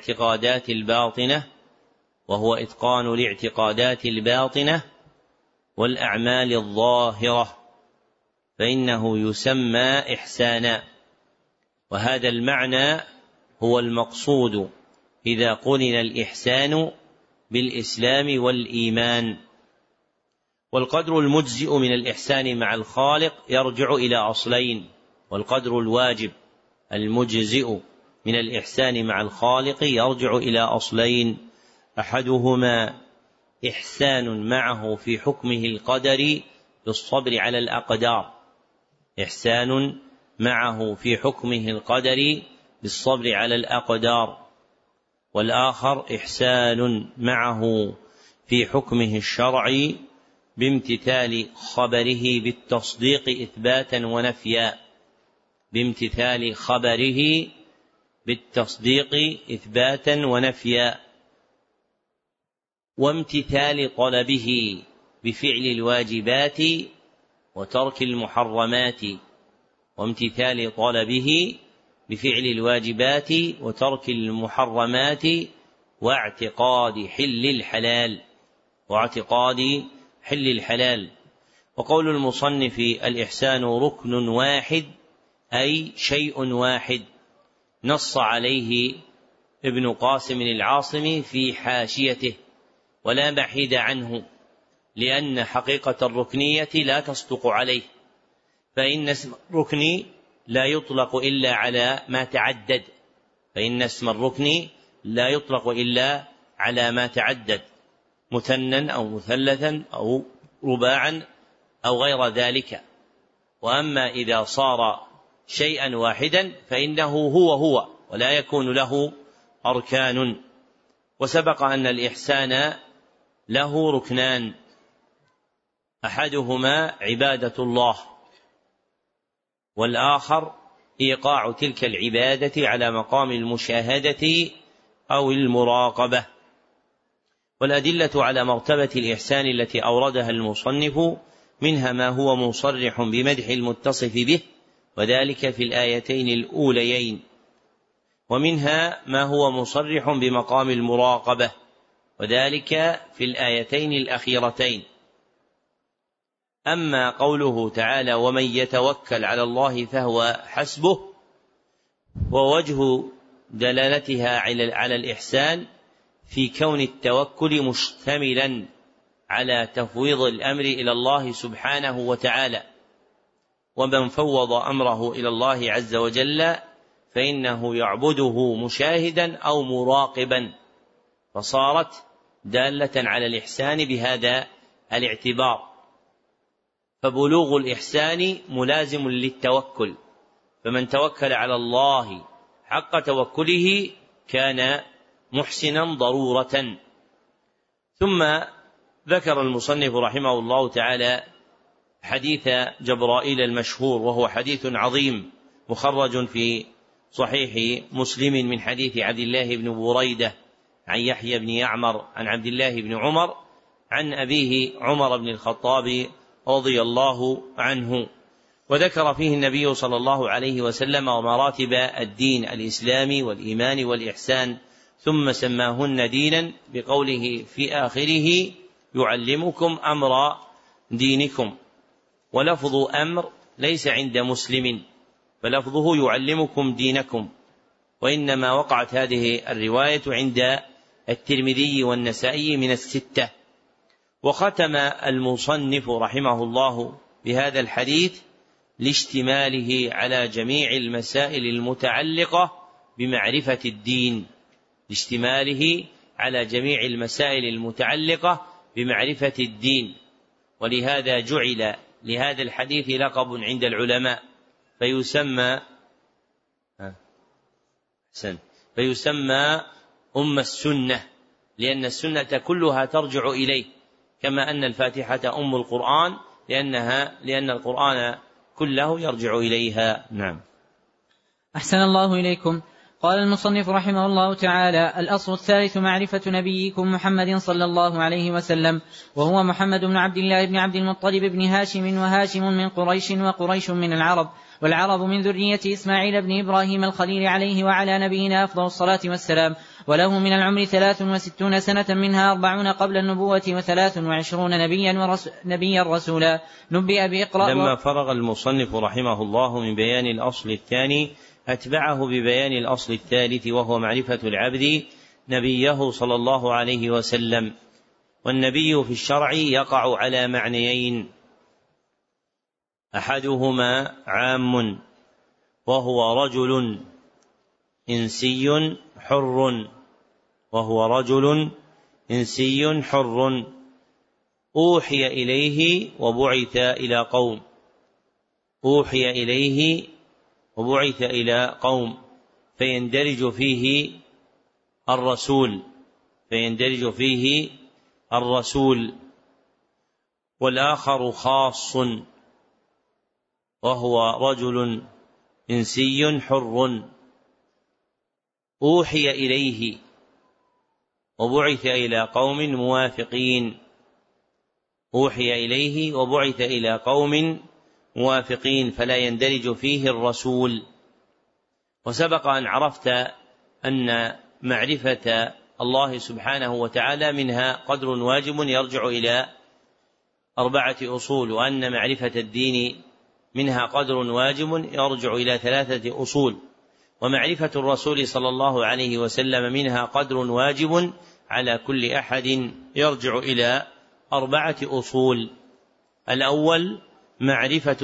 الاعتقادات الباطنة والأعمال الظاهرة، فإنه يسمى إحسانا. وهذا المعنى هو المقصود إذا قرن الإحسان بالإسلام والإيمان. والقدر المجزئ من الإحسان مع الخالق يرجع إلى أصلين: والقدر الواجب المجزئ من الإحسان مع الخالق يرجع إلى أصلين: أحدهما إحسان معه في حكمه القدري بالصبر على الأقدار، والآخر إحسان معه في حكمه الشرعي بامتثال خبره بالتصديق إثباتا ونفيا، وامتثال طلبه بفعل الواجبات وترك المحرمات واعتقاد حل الحلال. وقول المصنف الإحسان ركن واحد أي شيء واحد، نص عليه ابن قاسم العاصمي في حاشيته: ولا محيد عنه، لأن حقيقة الركنية لا تصدق عليه، فإن اسم الركن لا يطلق إلا على ما تعدد مثنى أو مثلثا أو رباعا أو غير ذلك. وأما إذا صار شيئا واحدا فإنه هو ولا يكون له أركان. وسبق أن الإحسان له ركنان: أحدهما عبادة الله، والآخر إيقاع تلك العبادة على مقام المشاهدة أو المراقبة. والأدلة على مرتبة الإحسان التي أوردها المصنف منها ما هو مصرح بمدح المتصف به وذلك في الآيتين الأوليين، ومنها ما هو مصرح بمقام المراقبة وذلك في الآيتين الأخيرتين. أما قوله تعالى ومن يتوكل على الله فهو حسبه، ووجه دلالتها على الإحسان في كون التوكل مشتملا على تفويض الأمر إلى الله سبحانه وتعالى، ومن فوض أمره إلى الله عز وجل فإنه يعبده مشاهدا أو مراقبا، فصارت دالة على الإحسان بهذا الاعتبار. فبلوغ الإحسان ملازم للتوكل، فمن توكل على الله حق توكله كان محسنا ضرورة. ثم ذكر المصنف رحمه الله تعالى حديث جبرائيل المشهور، وهو حديث عظيم مخرج في صحيح مسلم من حديث عبد الله بن بريدة عن يحيى بن يعمر عن عبد الله بن عمر عن أبيه عمر بن الخطاب رضي الله عنه، وذكر فيه النبي صلى الله عليه وسلم مراتب الدين الإسلام والإيمان والإحسان، ثم سماهن دينا بقوله في آخره يعلمكم أمر دينكم. ولفظ أمر ليس عند مسلم، فلفظه يعلمكم دينكم، وإنما وقعت هذه الرواية عند الترمذي والنسائي من الستة. وختم المصنف رحمه الله بهذا الحديث لاشتماله على جميع المسائل المتعلقة بمعرفة الدين، لاشتماله على جميع المسائل المتعلقة بمعرفة الدين، ولهذا جعل لهذا الحديث لقب عند العلماء فيسمى أم السنة، لأن السنة كلها ترجع إليه، كما أن الفاتحة أم القرآن لأن القرآن كله يرجع إليها. نعم. أحسن الله إليكم. قال المصنف رحمه الله تعالى: الأصل الثالث معرفة نبيكم محمد صلى الله عليه وسلم، وهو محمد بن عبد الله بن عبد المطلب بن هاشم، وهاشم من قريش، وقريش من العرب، والعرب من ذرية إسماعيل بن إبراهيم الخليل عليه وعلى نبينا أفضل الصلاة والسلام. وله من العمر 63 سنة، منها 40 قبل النبوة، 23 نبيا رسولا. نبئ بإقراء. لما فرغ المصنف رحمه الله من بيان الأصل الثاني أتبعه ببيان الأصل الثالث، وهو معرفة العبد نبيه صلى الله عليه وسلم. والنبي في الشرع يقع على معنيين: أحدهما عام وهو رجل إنسي حر، أوحي إليه وبعث إلى قوم، فيندرج فيه الرسول. والآخر خاص وهو رجل إنسي حر، أوحي إليه وبعث إلى قوم موافقين، فلا يندرج فيه الرسول. وسبق أن عرفت أن معرفة الله سبحانه وتعالى منها قدر واجب يرجع إلى 4 أصول، وأن معرفة الدين منها قدر واجب يرجع إلى 3 أصول، ومعرفة الرسول صلى الله عليه وسلم منها قدر واجب على كل أحد يرجع إلى 4 أصول. الأول معرفة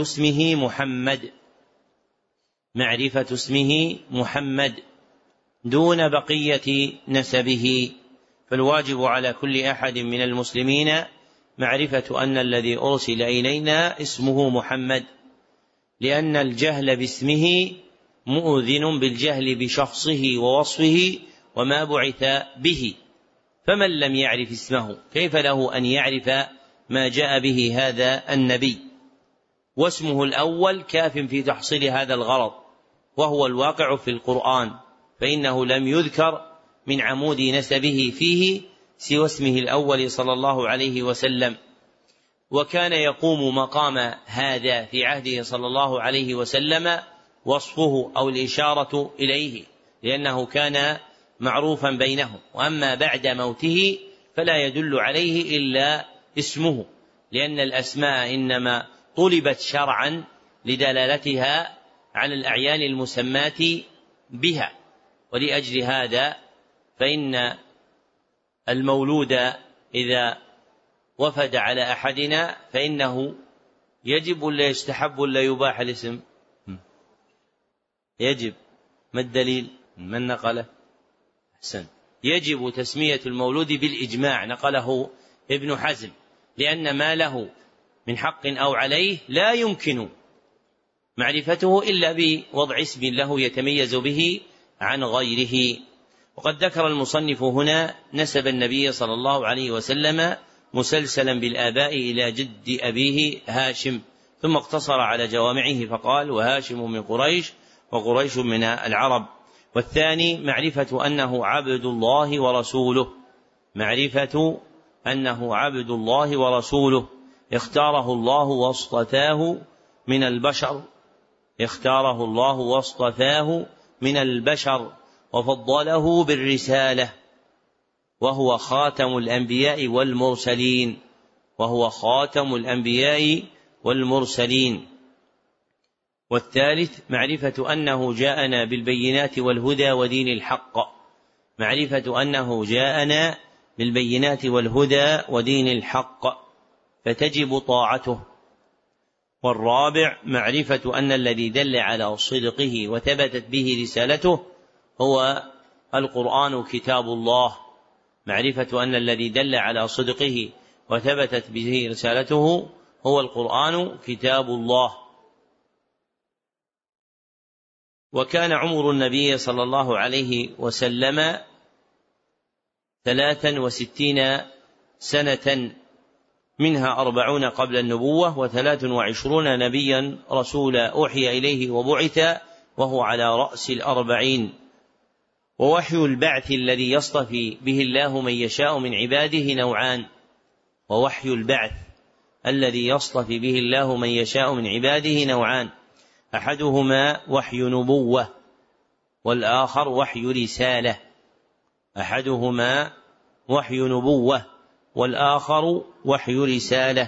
اسمه محمد دون بقية نسبه، فالواجب على كل أحد من المسلمين معرفة أن الذي أرسل إلينا اسمه محمد، لأن الجهل باسمه مؤذن بالجهل بشخصه ووصفه وما بعث به، فمن لم يعرف اسمه كيف له أن يعرف ما جاء به هذا النبي؟ واسمه الأول كاف في تحصيل هذا الغرض، وهو الواقع في القرآن، فإنه لم يذكر من عمود نسبه فيه سوى اسمه الأول صلى الله عليه وسلم، وكان يقوم مقام هذا في عهده صلى الله عليه وسلم وصفه أو الإشارة إليه، لأنه كان معروفا بينهم. وأما بعد موته فلا يدل عليه إلا اسمه، لأن الأسماء إنما طلبت شرعا لدلالتها على الأعيان المسماة بها. ولأجل هذا فإن المولود إذا وفد على أحدنا فإنه يجب ولا يستحب ولا يباح الاسم؟ يجب. ما الدليل؟ من نقله؟ أحسن. يجب تسمية المولود بالإجماع، نقله ابن حزم، لأن ما له من حق أو عليه لا يمكن معرفته إلا بوضع اسم له يتميز به عن غيره. وقد ذكر المصنف هنا نسب النبي صلى الله عليه وسلم مسلسلا بالآباء إلى جد أبيه هاشم، ثم اقتصر على جوامعه فقال: وهاشم من قريش وقريش من العرب. والثاني معرفة أنه عبد الله ورسوله، معرفة أنه عبد الله ورسوله، اختاره الله واصطفاه من البشر، اختاره الله واصطفاه من البشر وفضله بالرسالة، وهو خاتم الأنبياء والمرسلين، وهو خاتم الأنبياء والمرسلين. والثالث معرفة أنه جاءنا بالبينات والهدى ودين الحق، معرفة أنه جاءنا بالبينات والهدى ودين الحق فتجب طاعته. والرابع معرفة أن الذي دل على صدقه وثبتت به رسالته هو القرآن كتاب الله، معرفة أن الذي دل على صدقه وثبتت به رسالته هو القرآن كتاب الله. وكان عمر النبي صلى الله عليه وسلم 63 سنة، منها 40 قبل النبوة، و23 نبيا رسولا أوحي إليه وبعث وهو على رأس 40. ووحي البعث الذي يصطفي به الله من يشاء من عباده نوعان، ووحي البعث الذي يصطفي به الله من يشاء من عباده نوعان، أحدهما وحي نبوة والآخر وحي رسالة، أحدهما وحي نبوة والآخر وحي رسالة.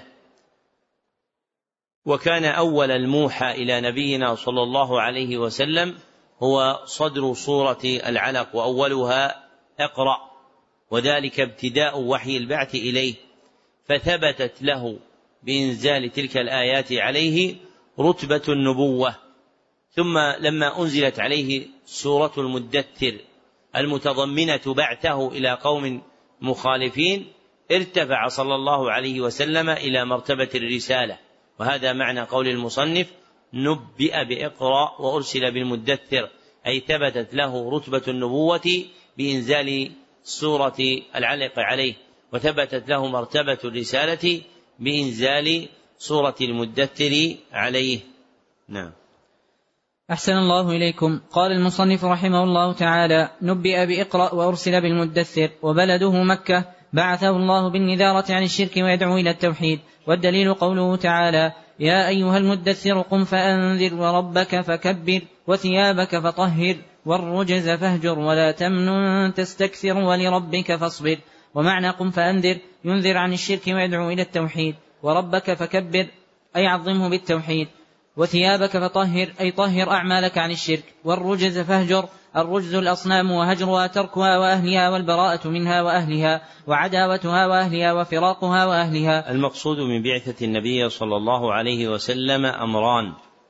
وكان أول الموحى إلى نبينا صلى الله عليه وسلم هو صدر سورة العلق، وأولها اقرأ، وذلك ابتداء وحي البعث إليه، فثبتت له بإنزال تلك الآيات عليه رتبة النبوة. ثم لما أنزلت عليه سورة المدثر المتضمنة بعثه إلى قوم مخالفين ارتفع صلى الله عليه وسلم إلى مرتبة الرسالة، وهذا معنى قول المصنف: نبئ بإقرأ وأرسل بالمدثر، أي ثبتت له رتبة النبوة بإنزال سورة العلق عليه، وثبتت له مرتبة الرسالة بإنزال سورة المدثر عليه. نعم. أحسن الله إليكم. قال المصنف رحمه الله تعالى: نبئ بإقرأ وأرسل بالمدثر، وبلده مكة، بعثه الله بالنذارة عن الشرك ويدعو إلى التوحيد. والدليل قوله تعالى: يا أيها المدثر قم فأنذر وربك فكبر وثيابك فطهر والرجز فاهجر ولا تمنن تستكثر ولربك فاصبر. ومعنى قم فأنذر ينذر عن الشرك ويدعو إلى التوحيد، وربك فكبر أي عظمه بالتوحيد، وثيابك فطهر أي طهر أعمالك عن الشرك، والرجز فاهجر، الرجز الأصنام وهجرها تركها وأهلها والبراءة منها وأهلها وعداوتها وأهلها وفراقها وأهلها. المقصود من بعثة النبي صلى الله عليه وسلم أمران: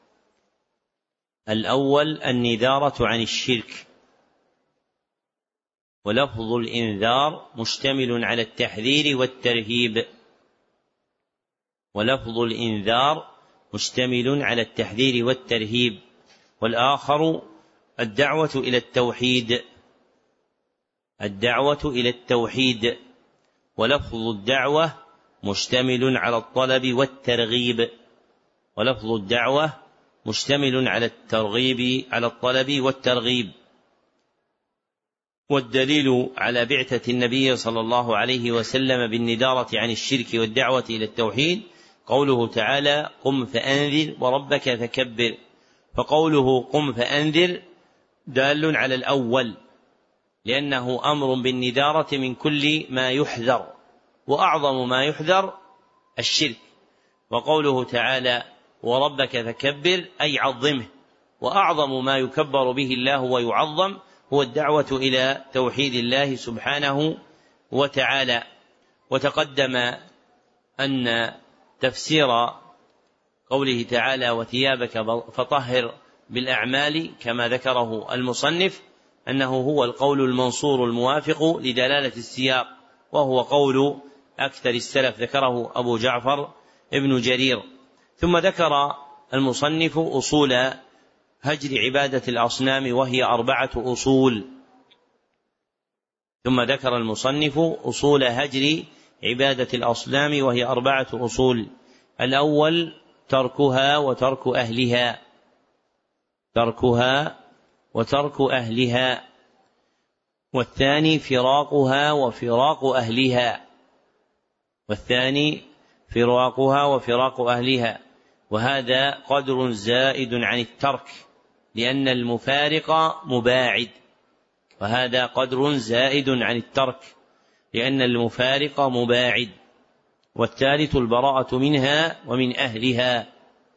الأول النذارة عن الشرك، ولفظ الإنذار مشتمل على التحذير والترهيب، ولفظ الإنذار مشتمل على التحذير والترهيب. والآخر الدعوة إلى التوحيد، الدعوة إلى التوحيد، ولفظ الدعوة مشتمل على الطلب والترغيب، ولفظ الدعوة مشتمل على الترغيب على الطلب والترغيب. والدليل على بعثة النبي صلى الله عليه وسلم بالندارة عن الشرك والدعوة إلى التوحيد قوله تعالى: قم فأنذر وربك فكبر. فقوله قم فأنذر دال على الأول، لأنه أمر بالندارة من كل ما يحذر، وأعظم ما يحذر الشرك. وقوله تعالى: وربك فكبر أي عظمه، وأعظم ما يكبر به الله ويعظم هو الدعوة إلى توحيد الله سبحانه وتعالى. وتقدم أن تفسير قوله تعالى: وثيابك فطهر بالأعمال كما ذكره المصنف أنه هو القول المنصور الموافق لدلالة السياق، وهو قول أكثر السلف، ذكره أبو جعفر ابن جرير. ثم ذكر المصنف أصول هجر عبادة الأصنام وهي 4 أصول. ثم ذكر المصنف أصول هجر عبادة الأصنام وهي 4 أصول. الأول تركها وترك أهلها، تركها وترك أهلها. والثاني فراقها وفراق أهلها، والثاني فراقها وفراق أهلها. وهذا قدر زائد عن الترك لأن المفارق مباعد، وهذا قدر زائد عن الترك لأن المفارق مباعد. والثالث البراءة منها ومن أهلها.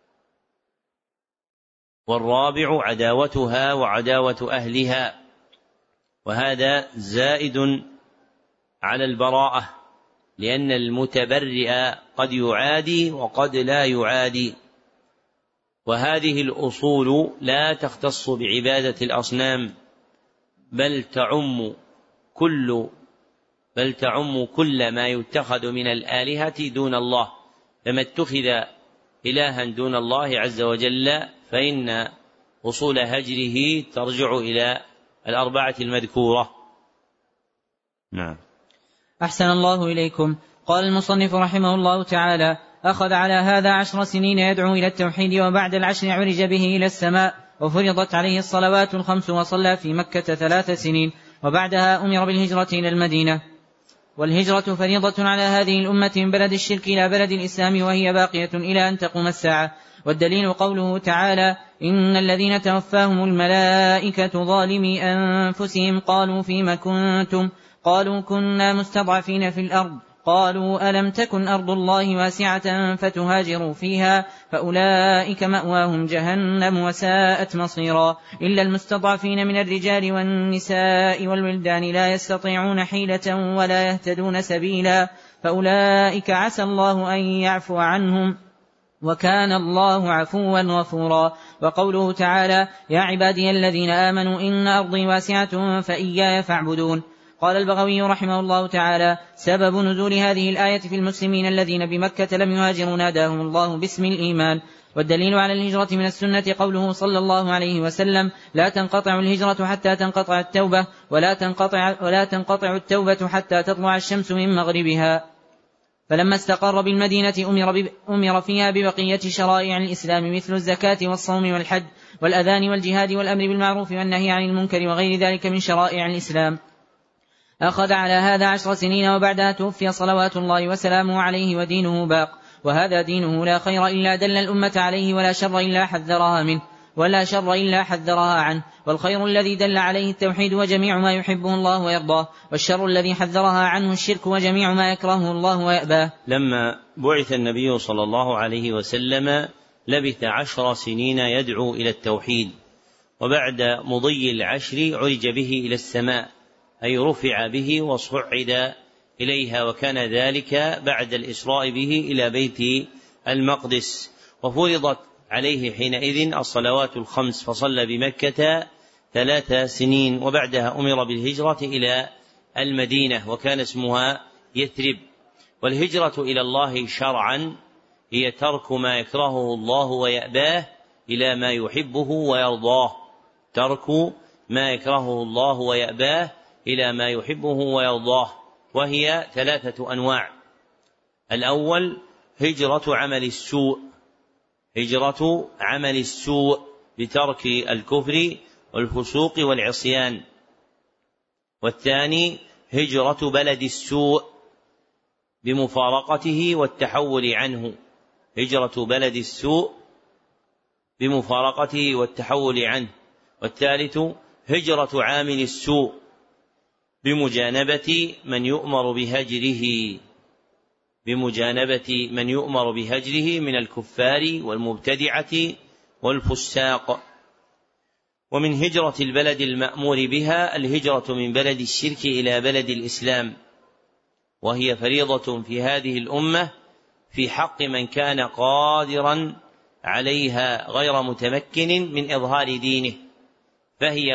والرابع عداوتها وعداوة أهلها، وهذا زائد على البراءة لأن المتبرئ قد يعادي وقد لا يعادي. وهذه الأصول لا تختص بعبادة الأصنام، بل تعم كل ما يتخذ من الآلهة دون الله. فما اتخذ إلها دون الله عز وجل فإن أصول هجره ترجع إلى 4 المذكورة. نعم. أحسن الله إليكم. قال المصنف رحمه الله تعالى: أخذ على هذا 10 سنين يدعو إلى التوحيد، وبعد 10 عرج به إلى السماء، وفرضت عليه الصلوات ال5، وصلى في مكة 3 سنين، وبعدها أمر بالهجرة إلى المدينة. والهجرة فريضة على هذه الأمة من بلد الشرك إلى بلد الإسلام، وهي باقية إلى أن تقوم الساعة. والدليل قوله تعالى: إن الذين توفاهم الملائكة ظالمي أنفسهم قالوا فيما كنتم؟ قالوا كنا مستضعفين في الأرض. قالوا ألم تكن أرض الله واسعة فتهاجروا فيها؟ فأولئك مأواهم جهنم وساءت مصيرا، إلا المستضعفين من الرجال والنساء والولدان لا يستطيعون حيلة ولا يهتدون سبيلا، فأولئك عسى الله أن يعفو عنهم، وكان الله عفوا غفورا. وقوله تعالى: يا عبادي الذين آمنوا إن أرضي واسعة فإياي فاعبدون. قال البغوي رحمه الله تعالى: سبب نزول هذه الآية في المسلمين الذين بمكة لم يهاجروا ناداهم الله باسم الإيمان. والدليل على الهجرة من السنة قوله صلى الله عليه وسلم: لا تنقطع الهجرة حتى تنقطع التوبة، ولا تنقطع التوبة حتى تطلع الشمس من مغربها. فلما استقر بالمدينة أمر فيها ببقية شرائع الإسلام مثل الزكاة والصوم والحج والأذان والجهاد والأمر بالمعروف والنهي عن المنكر وغير ذلك من شرائع الإسلام. أخذ على هذا 10 سنين، وبعدها توفي صلوات الله وسلامه عليه، ودينه باق. وهذا دينه لا خير إلا دل الأمة عليه، ولا شر إلا حذرها منه، ولا شر إلا حذرها عنه. والخير الذي دل عليه التوحيد وجميع ما يحبه الله ويرضاه، والشر الذي حذرها عنه الشرك وجميع ما يكرهه الله ويأباه. لما بعث النبي صلى الله عليه وسلم لبث 10 سنين يدعو إلى التوحيد، وبعد مضي 10 عرج به إلى السماء، أي رفع به وصعد إليها، وكان ذلك بعد الإسراء به إلى بيت المقدس. وفرضت عليه حينئذ الصلوات ال5، فصلى بمكة 3 سنين، وبعدها أمر بالهجرة إلى المدينة، وكان اسمها يثرب. والهجرة إلى الله شرعا هي ترك ما يكرهه الله ويأباه إلى ما يحبه ويرضاه، ترك ما يكرهه الله ويأباه إلى ما يحبه ويرضاه، وهي 3 أنواع. الأول هجرة عمل السوء، هجرة عمل السوء بترك الكفر والفسوق والعصيان. والثاني هجرة بلد السوء بمفارقته والتحول عنه، هجرة بلد السوء بمفارقته والتحول عنه. والثالث هجرة عامل السوء بمجانبة من يؤمر بهجره، بمجانبة من يؤمر بهجره من الكفار والمبتدعة والفساق. ومن هجرة البلد المأمور بها الهجرة من بلد الشرك إلى بلد الإسلام، وهي فريضة في هذه الأمة في حق من كان قادرا عليها غير متمكن من إظهار دينه، فهي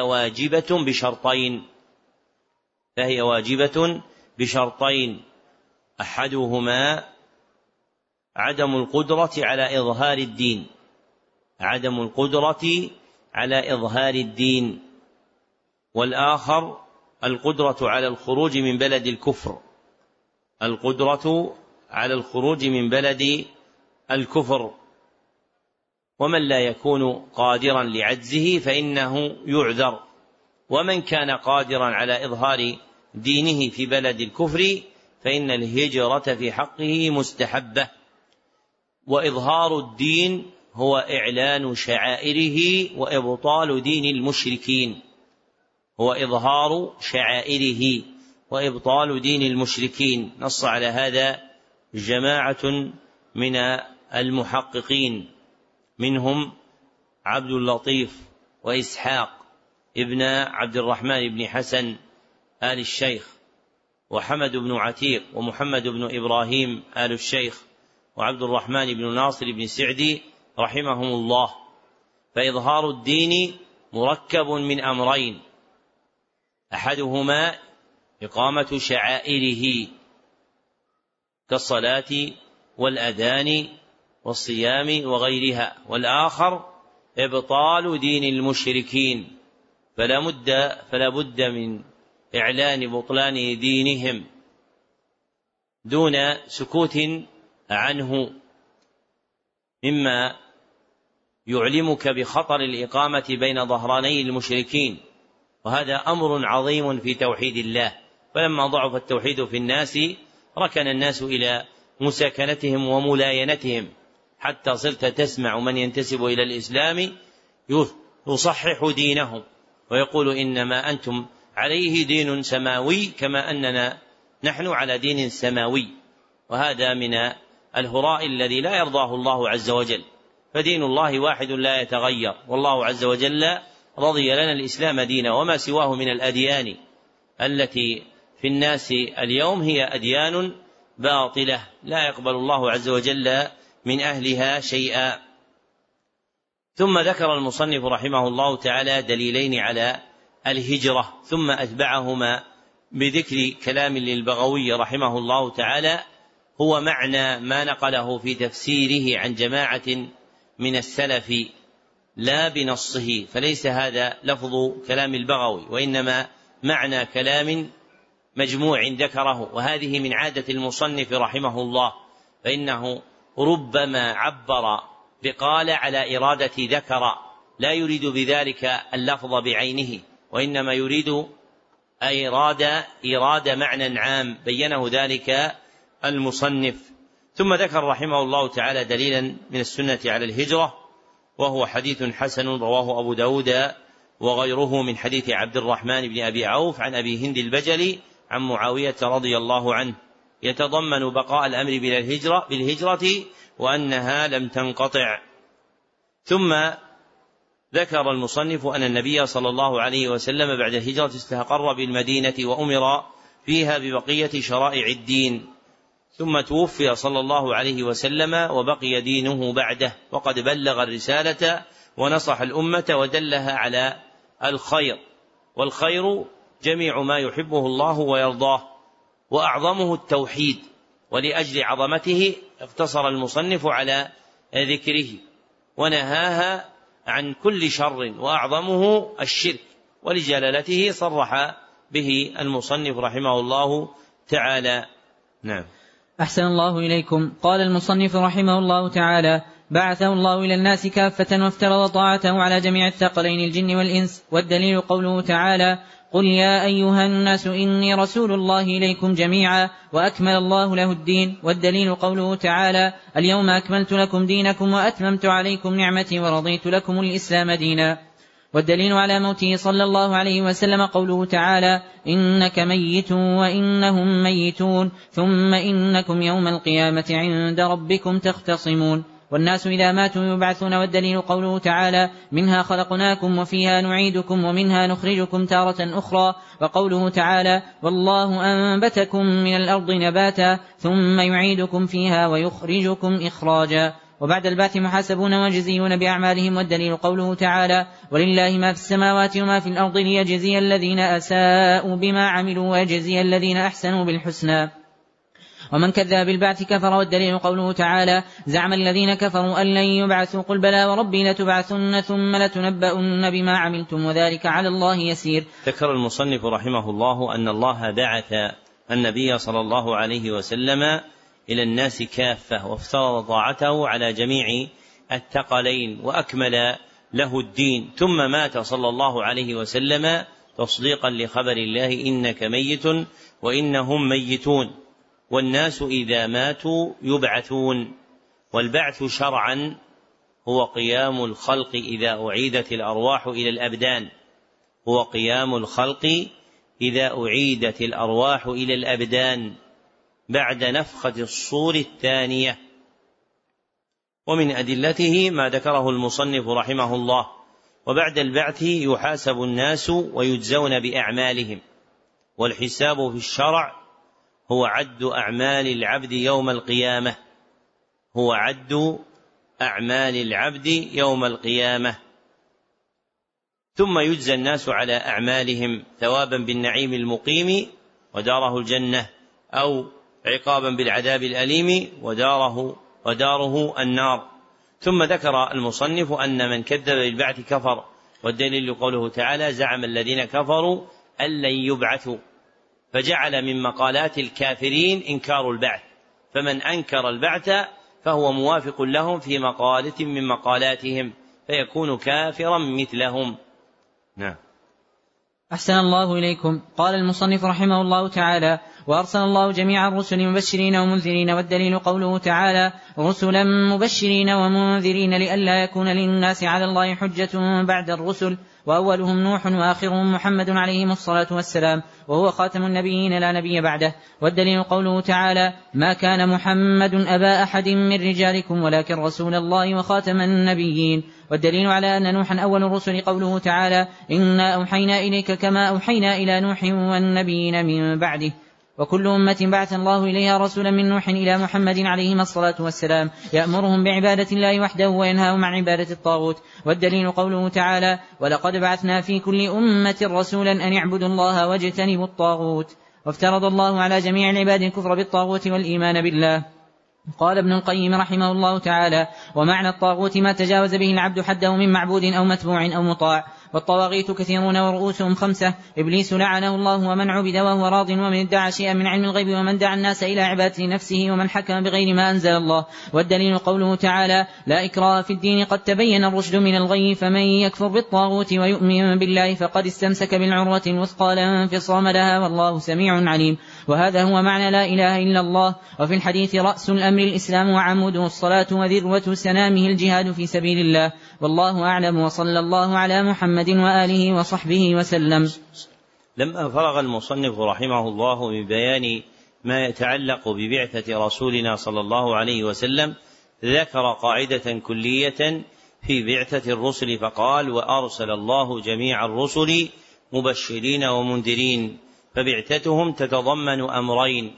واجبة بشرطين، أحدهما عدم القدرة على إظهار الدين، والآخر القدرة على الخروج من بلد الكفر. ومن لا يكون قادرا لعجزه فإنه يعذر، ومن كان قادرا على إظهار دينه في بلد الكفر فإن الهجرة في حقه مستحبة. وإظهار الدين هو إعلان شعائره وإبطال دين المشركين، نص على هذا جماعة من المحققين، منهم عبد اللطيف وإسحاق ابن عبد الرحمن بن حسن آل الشيخ، وحمد بن عتيق، ومحمد بن إبراهيم آل الشيخ، وعبد الرحمن بن ناصر بن سعدي رحمهم الله. فإظهار الدين مركب من أمرين، أحدهما إقامة شعائره كالصلاة والأذان والصيام وغيرها، والآخر إبطال دين المشركين، فلا بد من إعلان بطلان دينهم دون سكوت عنه، مما يعلمك بخطر الإقامة بين ظهراني المشركين، وهذا أمر عظيم في توحيد الله. فلما ضعف التوحيد في الناس ركن الناس إلى مساكنتهم وملاينتهم، حتى صرت تسمع من ينتسب إلى الإسلام يصحح دينه ويقول إنما أنتم عليه دين سماوي كما أننا نحن على دين سماوي، وهذا من الهراء الذي لا يرضاه الله عز وجل. فدين الله واحد لا يتغير، والله عز وجل رضي لنا الإسلام دينا، وما سواه من الأديان التي في الناس اليوم هي أديان باطلة لا يقبل الله عز وجل من أهلها شيئا. ثم ذكر المصنف رحمه الله تعالى دليلين على الهجرة، ثم أتبعهما بذكر كلام للبغوي رحمه الله تعالى هو معنى ما نقله في تفسيره عن جماعة من السلف لا بنصه، فليس هذا لفظ كلام البغوي، وإنما معنى كلام مجموع ذكره. وهذه من عادة المصنف رحمه الله، فإنه ربما عبر بقال على إرادة ذكر، لا يريد بذلك اللفظ بعينه، وإنما يريد إراد معنى عام بينه ذلك المصنف. ثم ذكر رحمه الله تعالى دليلا من السنة على الهجرة، وهو حديث حسن رواه أبو داود وغيره من حديث عبد الرحمن بن أبي عوف عن أبي هند البجلي عن معاوية رضي الله عنه، يتضمن بقاء الأمر بالهجرة وأنها لم تنقطع. ثم ذكر المصنف أن النبي صلى الله عليه وسلم بعد الهجرة استقر بالمدينة وأمر فيها ببقية شرائع الدين، ثم توفي صلى الله عليه وسلم وبقي دينه بعده، وقد بلغ الرسالة ونصح الأمة ودلها على الخير، والخير جميع ما يحبه الله ويرضاه، وأعظمه التوحيد، ولأجل عظمته اقتصر المصنف على ذكره ونهاها عن كل شر، وأعظمه الشرك، ولجلالته صرح به المصنف رحمه الله تعالى. نعم. أحسن الله إليكم. قال المصنف رحمه الله تعالى: بعثه الله إلى الناس كافة وافترض طاعته على جميع الثقلين الجن والإنس. والدليل قوله تعالى: قل يا أيها الناس إني رسول الله إليكم جميعا وأكمل الله له الدين. والدليل قوله تعالى: اليوم أكملت لكم دينكم وأتممت عليكم نعمتي ورضيت لكم الإسلام دينا. والدليل على موته صلى الله عليه وسلم قوله تعالى: إنك ميت وإنهم ميتون ثم إنكم يوم القيامة عند ربكم تختصمون. والناس إذا ماتوا يبعثون. والدليل قوله تعالى: منها خلقناكم وفيها نعيدكم ومنها نخرجكم تارة أخرى. وقوله تعالى: والله أنبتكم من الأرض نباتا ثم يعيدكم فيها ويخرجكم إخراجا. وبعد البعث محاسبون وجزيون بأعمالهم. والدليل قوله تعالى: ولله ما في السماوات وما في الأرض ليجزي الذين أساءوا بما عملوا ويجزي الذين أحسنوا بالحسنى. ومن كذب بالبعث كفر. والدليل قوله تعالى: زعم الذين كفروا أن لن يبعثوا قل بلى وربي لتبعثن ثم لتنبؤن بما عملتم وذلك على الله يسير. ذكر المصنف رحمه الله أن الله بعث النبي صلى الله عليه وسلم إلى الناس كافة وافترض طاعته على جميع الثقلين وأكمل له الدين، ثم مات صلى الله عليه وسلم تصديقا لخبر الله: إنك ميت وإنهم ميتون. والناس إذا ماتوا يبعثون. والبعث شرعا هو قيام الخلق إذا أعيدت الأرواح إلى الأبدان، هو قيام الخلق إذا أعيدت الأرواح إلى الأبدان بعد نفخة الصور الثانية. ومن أدلته ما ذكره المصنف رحمه الله: وبعد البعث يحاسب الناس ويجزون بأعمالهم. والحساب في الشرع هو عد أعمال العبد يوم القيامة، هو عد أعمال العبد يوم القيامة، ثم يجزى الناس على أعمالهم ثوابا بالنعيم المقيم وداره الجنة، أو عقابا بالعذاب الأليم وداره النار. ثم ذكر المصنف أن من كذب بالبعث كفر. والدليل قوله تعالى: زعم الذين كفروا أن لن يبعثوا، فجعل من مقالات الكافرين إنكار البعث، فمن أنكر البعث فهو موافق لهم في مقالة من مقالاتهم فيكون كافرا مثلهم. نعم. أحسن الله إليكم. قال المصنف رحمه الله تعالى: وأرسل الله جميع الرسل مبشرين ومنذرين. والدليل قوله تعالى: رسلا مبشرين ومنذرين لئلا يكون للناس على الله حجة بعد الرسل، وأولهم نوح وآخرهم محمد عليهم الصلاة والسلام، وهو خاتم النبيين لا نبي بعده. والدليل قوله تعالى: ما كان محمد أبا أحد من رجالكم ولكن رسول الله وخاتم النبيين. والدليل على أن نوحا أول الرسل قوله تعالى: إنا أوحينا إليك كما أوحينا إلى نوح والنبيين من بعده. وكل أمة بعث الله إليها رسولا من نوح إلى محمد عليهم الصلاة والسلام يأمرهم بعبادة الله وحده وينهاهم عن عبادة الطاغوت. والدليل قوله تعالى: ولقد بعثنا في كل أمة رسولا أن يعبدوا الله واجتنبوا الطاغوت. وافترض الله على جميع العباد الكفر بالطاغوت والإيمان بالله. قال ابن القيم رحمه الله تعالى: ومعنى الطاغوت ما تجاوز به العبد حده من معبود أو متبوع أو مطاع. والطواغيت كثيرون ورؤوسهم 5: إبليس لعنه الله ومن عبد وهو راض، ومن ادعى شيئا من علم الغيب، ومن دعا الناس إلى عبادة نفسه، ومن حكم بغير ما أنزل الله. والدليل قوله تعالى: لا إكراه في الدين قد تبين الرشد من الغي، فمن يكفر بالطاغوت ويؤمن بالله فقد استمسك بالعروة الوثقى لا انفصام لها والله سميع عليم. وهذا هو معنى لا إله إلا الله. وفي الحديث: رأس الأمر الإسلام وعموده الصلاة وذروة سنامه الجهاد في سبيل الله. والله أعلم، وصلى الله على محمد وآله وصحبه وسلم. لما فرغ المصنف رحمه الله من بيان ما يتعلق ببعثة رسولنا صلى الله عليه وسلم ذكر قاعدة كلية في بعثة الرسل فقال: وأرسل الله جميع الرسل مبشرين ومنذرين. فبعثتهم تتضمن أمرين: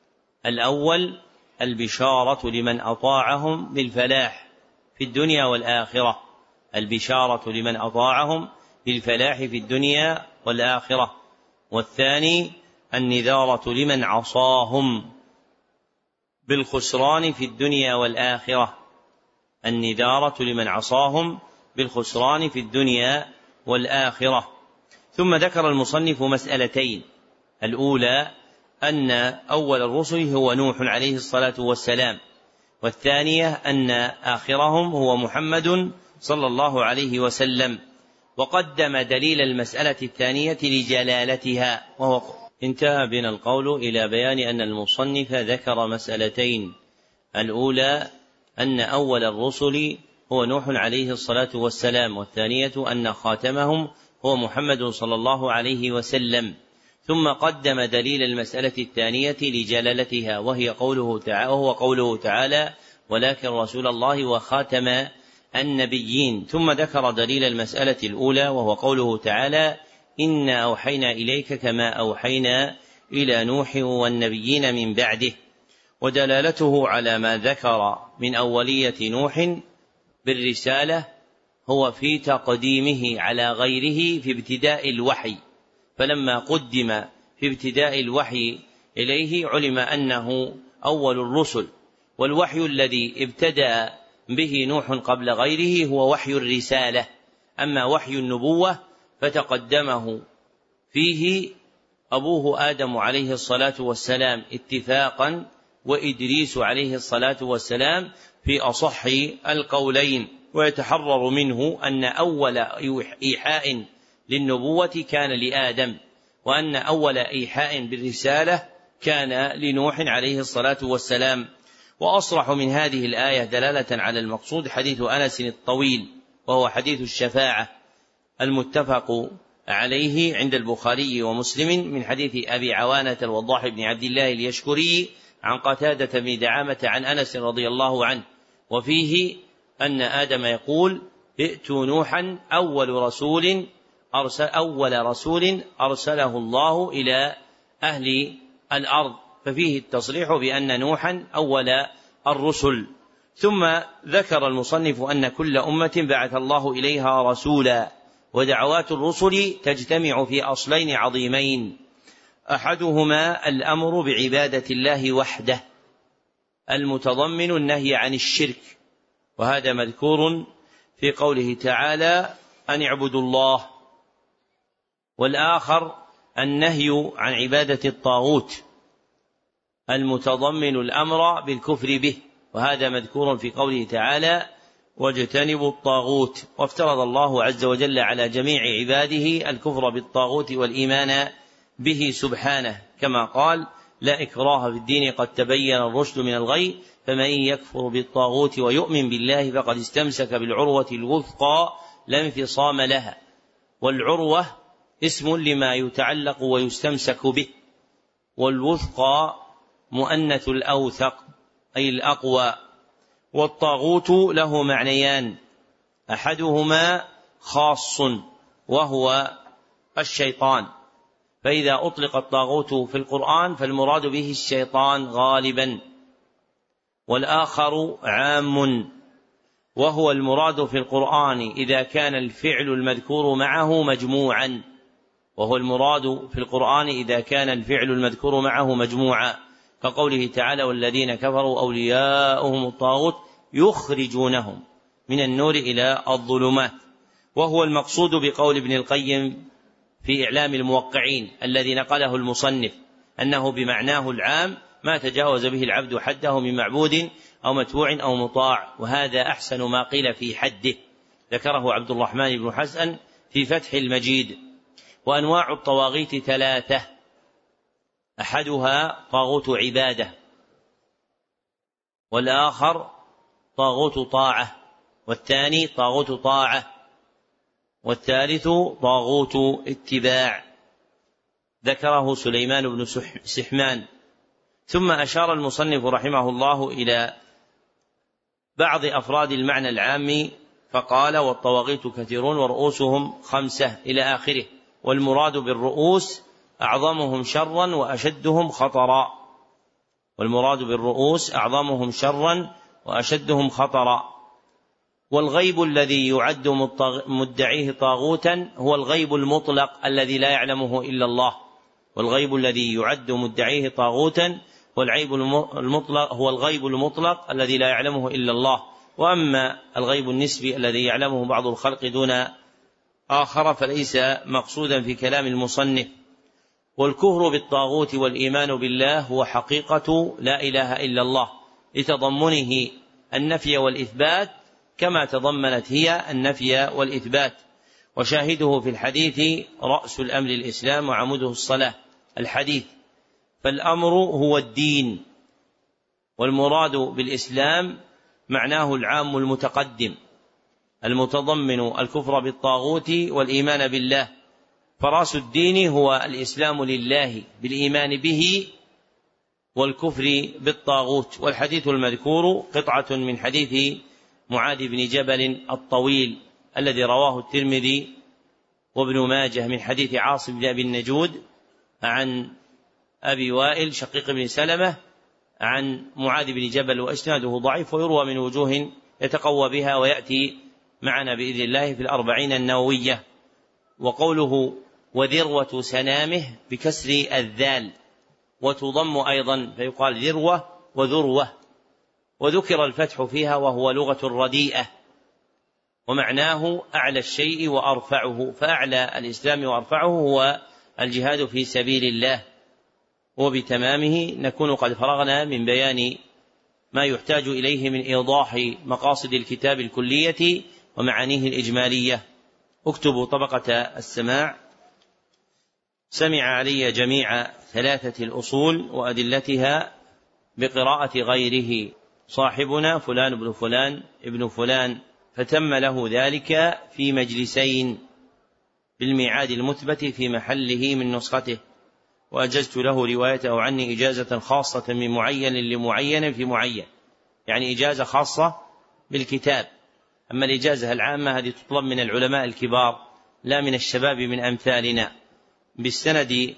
الأول البشارة لمن أطاعهم بالفلاح في الدنيا والآخرة، البشارة لمن أطاعهم بالفلاح في الدنيا والآخرة. والثاني النذارة لمن عصاهم بالخسران في الدنيا والآخرة، النذارة لمن عصاهم بالخسران في الدنيا والآخرة. ثم ذكر المصنف مسألتين: الأولى أن أول الرسل هو نوح عليه الصلاة والسلام، والثانية أن آخرهم هو محمد صلى الله عليه وسلم. وقدم دليل المسألة الثانية لجلالتها، وهو انتهى بنا القول إلى بيان أن المصنف ذكر مسألتين: الأولى أن أول الرسل هو نوح عليه الصلاة والسلام، والثانية أن خاتمهم هو محمد صلى الله عليه وسلم. ثم قدم دليل المسألة الثانية لجلالتها، وهو قوله تعالى: ولكن رسول الله وخاتم النبيين. ثم ذكر دليل المسألة الأولى، وهو قوله تعالى: إنا أوحينا إليك كما أوحينا إلى نوح والنبيين من بعده. ودلالته على ما ذكر من أولية نوح بالرسالة هو في تقديمه على غيره في ابتداء الوحي، فلما قدم في ابتداء الوحي إليه علم أنه أول الرسل. والوحي الذي ابتدأ به نوح قبل غيره هو وحي الرسالة، أما وحي النبوة فتقدمه فيه أبوه آدم عليه الصلاة والسلام اتفاقا، وإدريس عليه الصلاة والسلام في أصح القولين. ويتحرر منه أن أول إيحاء للنبوة كان لآدم، وأن أول إيحاء بالرسالة كان لنوح عليه الصلاة والسلام. وأصرح من هذه الآية دلالة على المقصود حديث أنس الطويل، وهو حديث الشفاعة المتفق عليه عند البخاري ومسلم من حديث أبي عوانة الوضاح بن عبد الله اليشكري عن قتادة بن دعامة عن أنس رضي الله عنه، وفيه أن آدم يقول: ائتوا نوحا أول رسول أرسله الله إلى أهل الأرض، ففيه التصريح بأن نوحا أول الرسل. ثم ذكر المصنف أن كل أمة بعث الله إليها رسولا، ودعوات الرسل تجتمع في أصلين عظيمين: أحدهما الأمر بعبادة الله وحده المتضمن النهي عن الشرك، وهذا مذكور في قوله تعالى: أن اعبدوا الله. والآخر النهي عن عبادة الطاغوت المتضمن الأمر بالكفر به، وهذا مذكور في قوله تعالى: واجتنبوا الطاغوت. وافترض الله عز وجل على جميع عباده الكفر بالطاغوت والإيمان به سبحانه، كما قال: لا إكراه في الدين قد تبين الرشد من الغي، فمن يكفر بالطاغوت ويؤمن بالله فقد استمسك بالعروة الوثقى لا انفصام لها. والعروة اسم لما يتعلق ويستمسك به، والوثقى مؤنث الأوثق أي الأقوى. والطاغوت له معنيان: أحدهما خاص وهو الشيطان، فإذا أطلق الطاغوت في القرآن فالمراد به الشيطان غالبا. والآخر عام، وهو المراد في القرآن إذا كان الفعل المذكور معه مجموعا، كقوله تعالى: والذين كفروا أولياؤهم الطاغوت يخرجونهم من النور إلى الظلمات. وهو المقصود بقول ابن القيم في إعلام الموقعين الذي نقله المصنف، أنه بمعناه العام ما تجاوز به العبد حده من معبود أو متبوع أو مطاع، وهذا أحسن ما قيل في حده، ذكره عبد الرحمن بن حسن في فتح المجيد. وأنواع الطواغيت 3: أحدها طاغوت عبادة، والآخر طاغوت طاعة، والثاني طاغوت طاعة، والثالث طاغوت اتباع، ذكره سليمان بن سحمان. ثم أشار المصنف رحمه الله إلى بعض أفراد المعنى العام فقال: والطواغيت كثيرون ورؤوسهم 5 إلى آخره. والمراد بالرؤوس أعظمهم شرا وأشدهم خطرا. والغيب الذي يعد مدعيه طاغوتا هو الغيب المطلق الذي لا يعلمه إلا الله، هو الغيب المطلق الذي لا يعلمه إلا الله. وأما الغيب النسبي الذي يعلمه بعض الخلق دون آخر فليس مقصودا في كلام المصنف. والكفر بالطاغوت والإيمان بالله هو حقيقة لا إله إلا الله، لتضمنه النفي والإثبات كما تضمنت هي النفي والإثبات. وشاهده في الحديث رأس الأمر الإسلام وعموده الصلاة، الحديث. فالأمر هو الدين، والمراد بالإسلام معناه العام المتقدم المتضمن الكفر بالطاغوت والإيمان بالله، فرأس الدين هو الإسلام لله بالإيمان به والكفر بالطاغوت. والحديث المذكور قطعة من حديث معاذ بن جبل الطويل الذي رواه الترمذي وابن ماجه من حديث عاصم بن أبي النجود عن أبي وائل شقيق بن سلمة عن معاذ بن جبل، وإسناده ضعيف ويروى من وجوه يتقوى بها ويأتي معنا بإذن الله في 40 النووية. وقوله وذروة سنامه بكسر الذال، وتضم أيضا فيقال ذروة وذروة، وذكر الفتح فيها وهو لغة رديئة، ومعناه أعلى الشيء وأرفعه، فأعلى الإسلام وأرفعه هو الجهاد في سبيل الله. وبتمامه نكون قد فرغنا من بيان ما يحتاج إليه من إيضاح مقاصد الكتاب الكلية ومعانيه الإجمالية. اكتبوا طبقة السماع. سمع علي جميع 3 الأصول وأدلتها بقراءة غيره، صاحبنا فلان بن فلان ابن فلان، فتم له ذلك في مجلسين بالميعاد المثبت في محله من نسخته، وأجزت له روايته عني إجازة خاصة من معين لمعين في معين، يعني إجازة خاصة بالكتاب. أما الإجازة العامة هذه تطلب من العلماء الكبار لا من الشباب من أمثالنا، بإسناد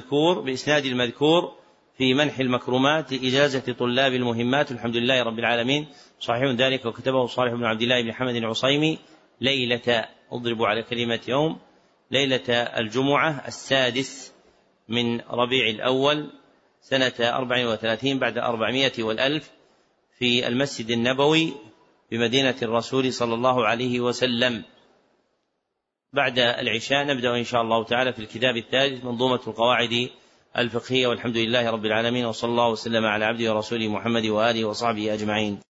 المذكور في منح المكرمات لإجازة طلاب المهمات. الحمد لله رب العالمين، صحيح ذلك وكتبه صالح بن عبد الله بن حمد العصيمي ليلة أضرب على كلمة يوم ليلة الجمعة 6 من ربيع الأول سنة 34 بعد 400 والألف في المسجد النبوي بمدينة الرسول صلى الله عليه وسلم. بعد العشاء نبدأ إن شاء الله تعالى في الكتاب الثالث منظومة القواعد الفقهية، والحمد لله رب العالمين، وصلى الله وسلم على عبده ورسوله محمد وآله وصحبه أجمعين.